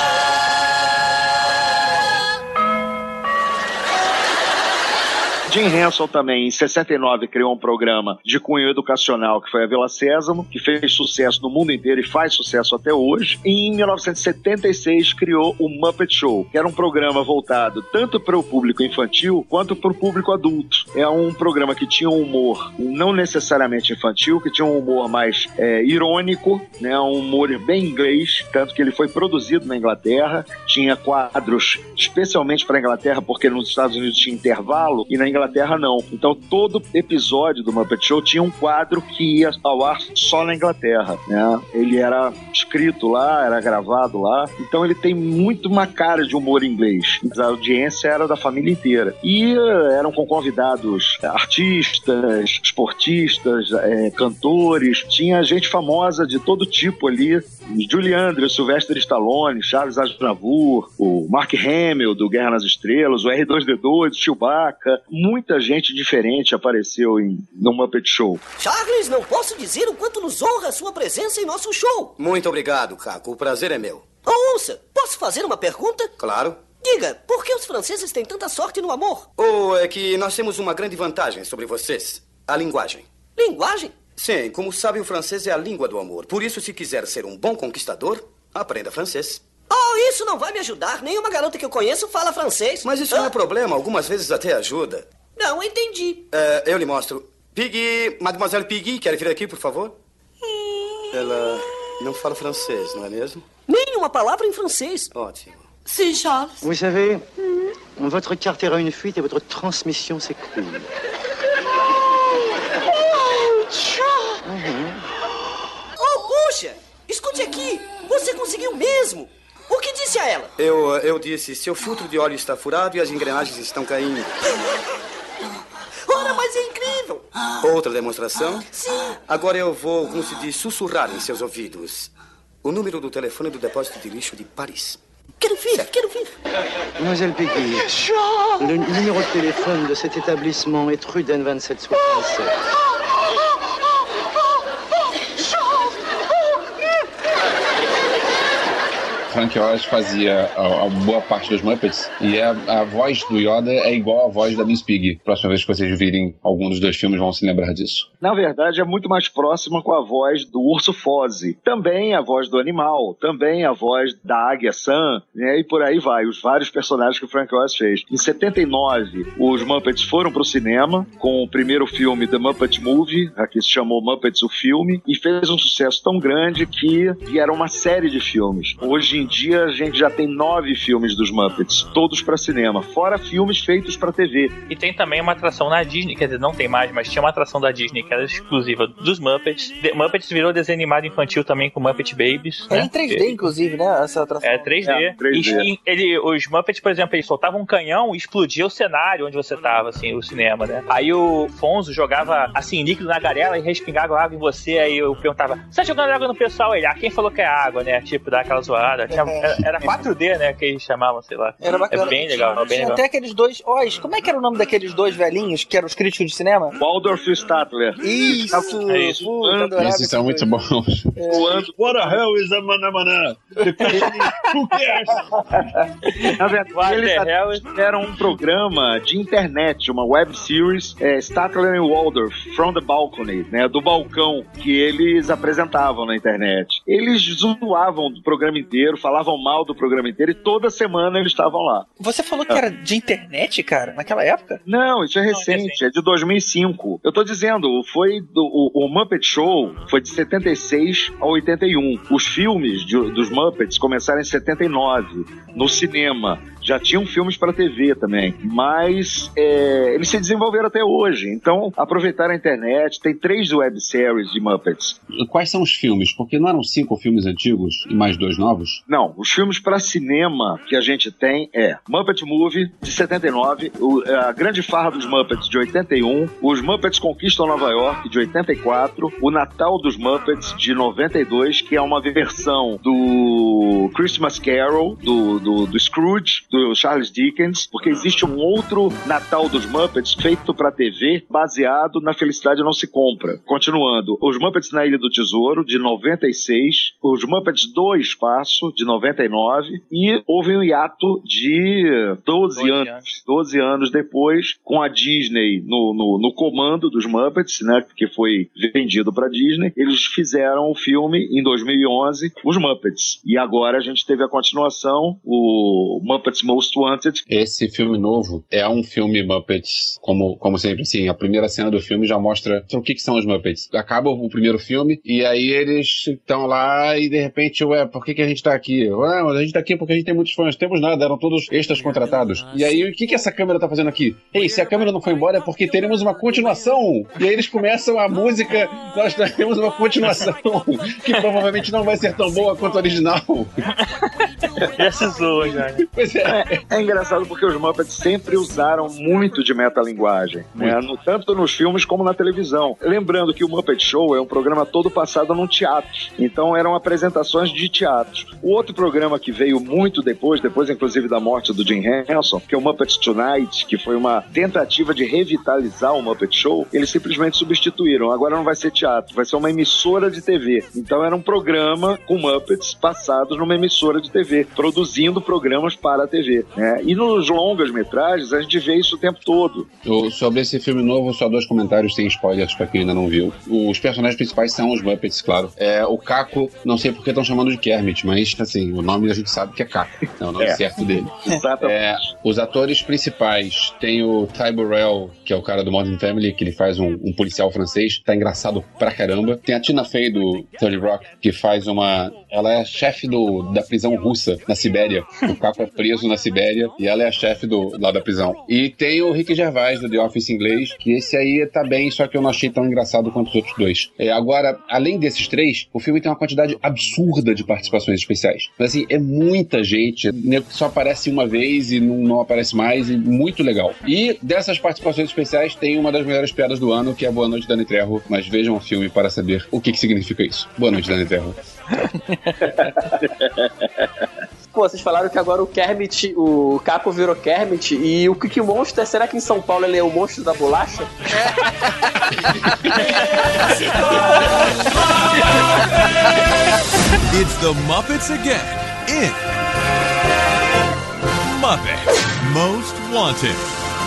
Jim Henson também, em 69, criou um programa de cunho educacional que foi a Vila Sésamo, que fez sucesso no mundo inteiro e faz sucesso até hoje. E em 1976 criou o Muppet Show, que era um programa voltado tanto para o público infantil quanto para o público adulto. É um programa que tinha um humor não necessariamente infantil, que tinha um humor mais irônico, né, um humor bem inglês, tanto que ele foi produzido na Inglaterra, tinha quadros especialmente para a Inglaterra, porque nos Estados Unidos tinha intervalo e na Inglaterra não. Então todo episódio do Muppet Show tinha um quadro que ia ao ar só na Inglaterra, né? Ele era escrito lá, era gravado lá, então ele tem muito uma cara de humor inglês. A audiência era da família inteira. E eram com convidados artistas, esportistas, cantores, tinha gente famosa de todo tipo ali, Julie Andrews, Sylvester Stallone, Charles Aznavour, o Mark Hamill do Guerra nas Estrelas, o R2D2, Chewbacca, muita gente diferente apareceu no Muppet Show. Charles, não posso dizer o quanto nos honra a sua presença em nosso show. Muito obrigado, Caco. O prazer é meu. Ouça, posso fazer uma pergunta? Claro. Diga, por que os franceses têm tanta sorte no amor? É que nós temos uma grande vantagem sobre vocês. A linguagem. Linguagem? Sim, como sabe, o francês é a língua do amor. Por isso, se quiser ser um bom conquistador, aprenda francês. Oh, isso não vai me ajudar. Nenhuma garota que eu conheço fala francês. Mas isso não é problema. Algumas vezes até ajuda. Não entendi. Eu lhe mostro. Piggy, Mademoiselle Piggy, quer vir aqui, por favor? Ela não fala francês, não é mesmo? Nenhuma palavra em francês. Ótimo. Sim, Charles. Vous savez, votre carte aura une fuite et votre transmission s'écroule. Oh, puxa! Escute aqui! Você conseguiu mesmo! O que disse a ela? Eu disse, seu filtro de óleo está furado e as engrenagens estão caindo. Ora, mas é incrível! Outra demonstração? Sim. Agora eu vou, como se diz, sussurrar em seus ouvidos. O número do telefone do depósito de lixo de Paris. Quero ver, quero ver. Mademoiselle Peggy, le numéro de téléphone de cet établissement est rue d'Anne 2767. Frank Oz fazia a boa parte dos Muppets e a voz do Yoda é igual à voz da Miss Piggy. Próxima vez que vocês virem algum dos dois filmes vão se lembrar disso. Na verdade, é muito mais próxima com a voz do Urso Fozzie. Também a voz do animal, também a voz da Águia Sam, né? E por aí vai, os vários personagens que o Frank Oz fez. Em 79, os Muppets foram pro cinema com o primeiro filme The Muppet Movie, que se chamou Muppets o Filme, e fez um sucesso tão grande que vieram uma série de filmes. Hoje em dia, a gente já tem 9 filmes dos Muppets, todos para cinema, fora filmes feitos para TV. E tem também uma atração na Disney, quer dizer, não tem mais, mas tinha uma atração da Disney que era exclusiva dos Muppets. Muppets virou desenho animado infantil também com Muppet Babies. É, né? Em 3D, inclusive, né? Essa atração. É 3D. 3D. E os Muppets, por exemplo, eles soltavam um canhão e explodia o cenário onde você tava, assim, o cinema, né? Aí o Fonzo jogava, assim, líquido na garela e respingava água em você, aí eu perguntava, você tá jogando água no pessoal? Ele, quem falou que é água, né? Tipo, dá aquela zoada. Era 4D, né? Que eles chamavam, sei lá. Era bacana. É bem legal, bem legal. Até aqueles dois... como é que era o nome daqueles dois velhinhos que eram os críticos de cinema? Waldorf e Statler. Isso! Esses são muito bons. What the hell is a manamana? Who cares? Na verdade, eles fizeram um programa de internet, uma web series, Statler e Waldorf, From the Balcony, né? Do balcão, que eles apresentavam na internet. Eles zoavam do programa inteiro, falavam mal do programa inteiro e toda semana eles estavam lá. Você falou que era de internet, cara, naquela época? Não, isso é recente, é de 2005. Eu tô dizendo, o Muppet Show foi de 76 a 81. Os filmes dos Muppets começaram em 79, no cinema. Já tinham filmes para TV também, mas eles se desenvolveram até hoje. Então, aproveitaram a internet. Tem 3 webséries de Muppets. Quais são os filmes? Porque não eram 5 filmes antigos e mais 2 novos? Não, os filmes para cinema que a gente tem é Muppet Movie, de 79, a Grande Farra dos Muppets, de 81, os Muppets Conquistam Nova York, de 84, o Natal dos Muppets, de 92, que é uma versão do Christmas Carol, do Scrooge, do Charles Dickens, porque existe um outro Natal dos Muppets feito pra TV, baseado na Felicidade Não Se Compra. Continuando, os Muppets na Ilha do Tesouro, de 96, os Muppets do Espaço, de 99, e houve um hiato de 12 anos depois, com a Disney no comando dos Muppets, né, que foi vendido pra Disney. Eles fizeram o filme, em 2011, os Muppets. E agora a gente teve a continuação, o Muppets Most Wanted. Esse filme novo é um filme Muppets, como sempre, assim, a primeira cena do filme já mostra o que são os Muppets. Acaba o primeiro filme e aí eles estão lá e de repente, por que a gente tá aqui? A gente tá aqui porque a gente tem muitos fãs. Temos nada, eram todos extras contratados. E aí, o que essa câmera tá fazendo aqui? Ei, se a câmera não foi embora é porque teremos uma continuação. E aí eles começam a música, nós teremos uma continuação que provavelmente não vai ser tão boa quanto a original. Já se zoa, já. Pois é. É engraçado porque os Muppets sempre usaram muito de metalinguagem, né? Tanto nos filmes como na televisão. Lembrando que o Muppet Show é um programa todo passado num teatro. Então eram apresentações de teatro. O outro programa que veio muito depois inclusive da morte do Jim Henson, que é o Muppets Tonight, que foi uma tentativa de revitalizar o Muppet Show, eles simplesmente substituíram. Agora não vai ser teatro, vai ser uma emissora de TV. Então era um programa com Muppets passados numa emissora de TV, produzindo programas para a TV, né? E nos longas-metragens a gente vê isso o tempo todo. Sobre esse filme novo, só 2 comentários sem spoilers pra quem ainda não viu. Os personagens principais são os Muppets, claro. O Caco, não sei por que estão chamando de Kermit, mas assim, o nome a gente sabe que é Caco. É o nome certo dele. Exatamente. Os atores principais tem o Ty Burrell, que é o cara do Modern Family, que ele faz um policial francês, tá engraçado pra caramba. Tem a Tina Fey do 30 Rock, que faz ela é a chefe da prisão russa na Sibéria. O Caco é preso na Sibéria e ela é a chefe lá da prisão. E tem o Rick Gervais do The Office inglês, que esse aí tá bem, só que eu não achei tão engraçado quanto os outros 2. Agora, além desses 3, o filme tem uma quantidade absurda de participações especiais. Mas assim, é muita gente, só aparece uma vez e não aparece mais, e muito legal. E dessas participações especiais tem uma das melhores piadas do ano, que é Boa Noite, Dani Trejo. Mas vejam o filme para saber o que significa isso. Boa noite, Dani Trejo. Pô, vocês falaram que agora o Caco virou Kermit, e o Cookie Monster, será que em São Paulo ele é o monstro da bolacha? It's the Muppets again in Muppets Most Wanted.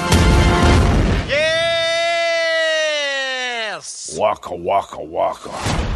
Yes! Waka, waka, waka.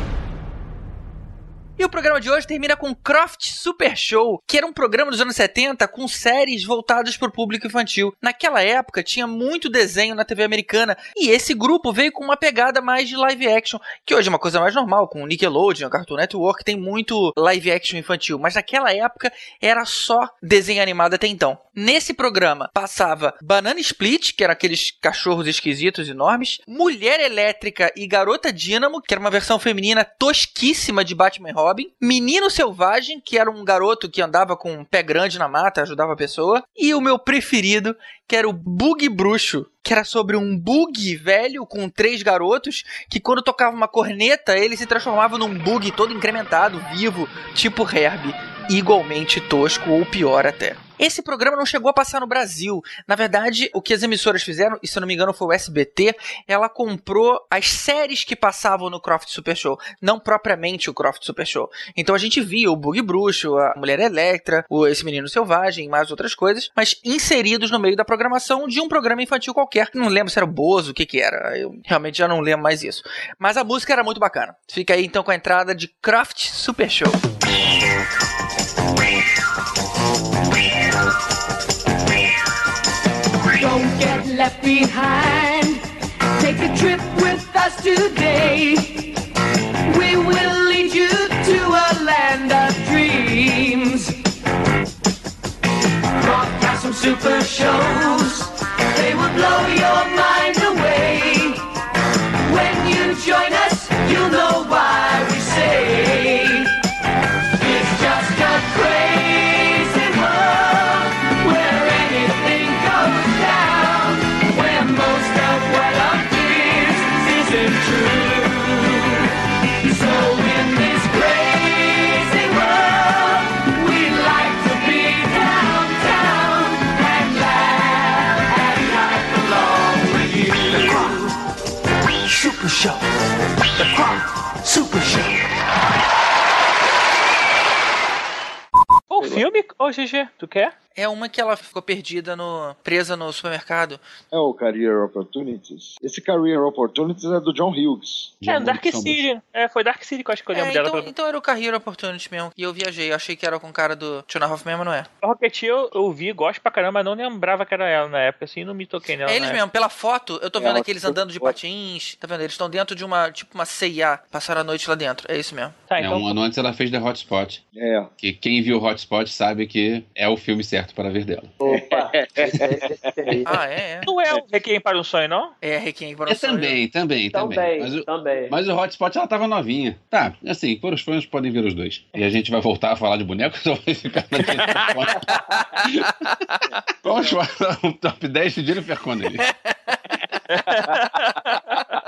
E o programa de hoje termina com Croft Super Show, que era um programa dos anos 70 com séries voltadas para o público infantil. Naquela época tinha muito desenho na TV americana e esse grupo veio com uma pegada mais de live action, que hoje é uma coisa mais normal, com Nickelodeon, Cartoon Network, tem muito live action infantil, mas naquela época era só desenho animado até então. Nesse programa passava Banana Split, que eram aqueles cachorros esquisitos enormes, Mulher Elétrica e Garota Dínamo, que era uma versão feminina tosquíssima de Batman e Robin, Menino Selvagem, que era um garoto que andava com um pé grande na mata, ajudava a pessoa, e o meu preferido, que era o Bug Bruxo, que era sobre um bug velho com 3 garotos, que quando tocava uma corneta, ele se transformava num bug todo incrementado, vivo, tipo Herbie, igualmente tosco ou pior até. Esse programa não chegou a passar no Brasil. Na verdade, o que as emissoras fizeram, e se eu não me engano foi o SBT, ela comprou as séries que passavam no Croft Super Show, não propriamente o Croft Super Show. Então a gente via o Bug Bruxo, a Mulher Electra, esse Menino Selvagem e mais outras coisas, mas inseridos no meio da programação de um programa infantil qualquer. Não lembro se era o Bozo, o que era. Eu realmente já não lembro mais isso. Mas a música era muito bacana. Fica aí então com a entrada de Croft Super Show. Don't get left behind. Take a trip with us today. We will lead you to a land of dreams. Broadcast some super shows. They will blow your mind away. When you join us, you'll know why we say it's just a crazy world where anything goes down, where most Show. The Croc Super Show. O filme, ô GG, tu quer? É uma que ela ficou perdida, presa no supermercado. É o Career Opportunities. Esse Career Opportunities é do John Hughes. É, Dark City. Foi Dark City que eu acho que eu lembro dela. Então era o Career Opportunities mesmo. E eu viajei, eu achei que era com o cara do Two and a Half Men, mas não é. A Rocketeer eu vi, gosto pra caramba, mas não lembrava que era ela na época, assim, não me toquei nela. É eles mesmo, pela foto, eu tô vendo aqueles andando de patins, tá vendo? Eles estão dentro de uma CIA, passaram a noite lá dentro, é isso mesmo. Tá, então... Um ano antes ela fez The Hotspot. É. Que quem viu Hotspot sabe que é o filme certo para ver dela. Opa! Não é o Requiem para um Sonho, não? É, Requiem para um Sonho. Também. Mas o Hotspot ela tava novinha. Tá, assim, por os fãs podem ver os dois. E a gente vai voltar a falar de bonecos ou vai ficar na Vamos falar o top 10 de Jennifer Connelly.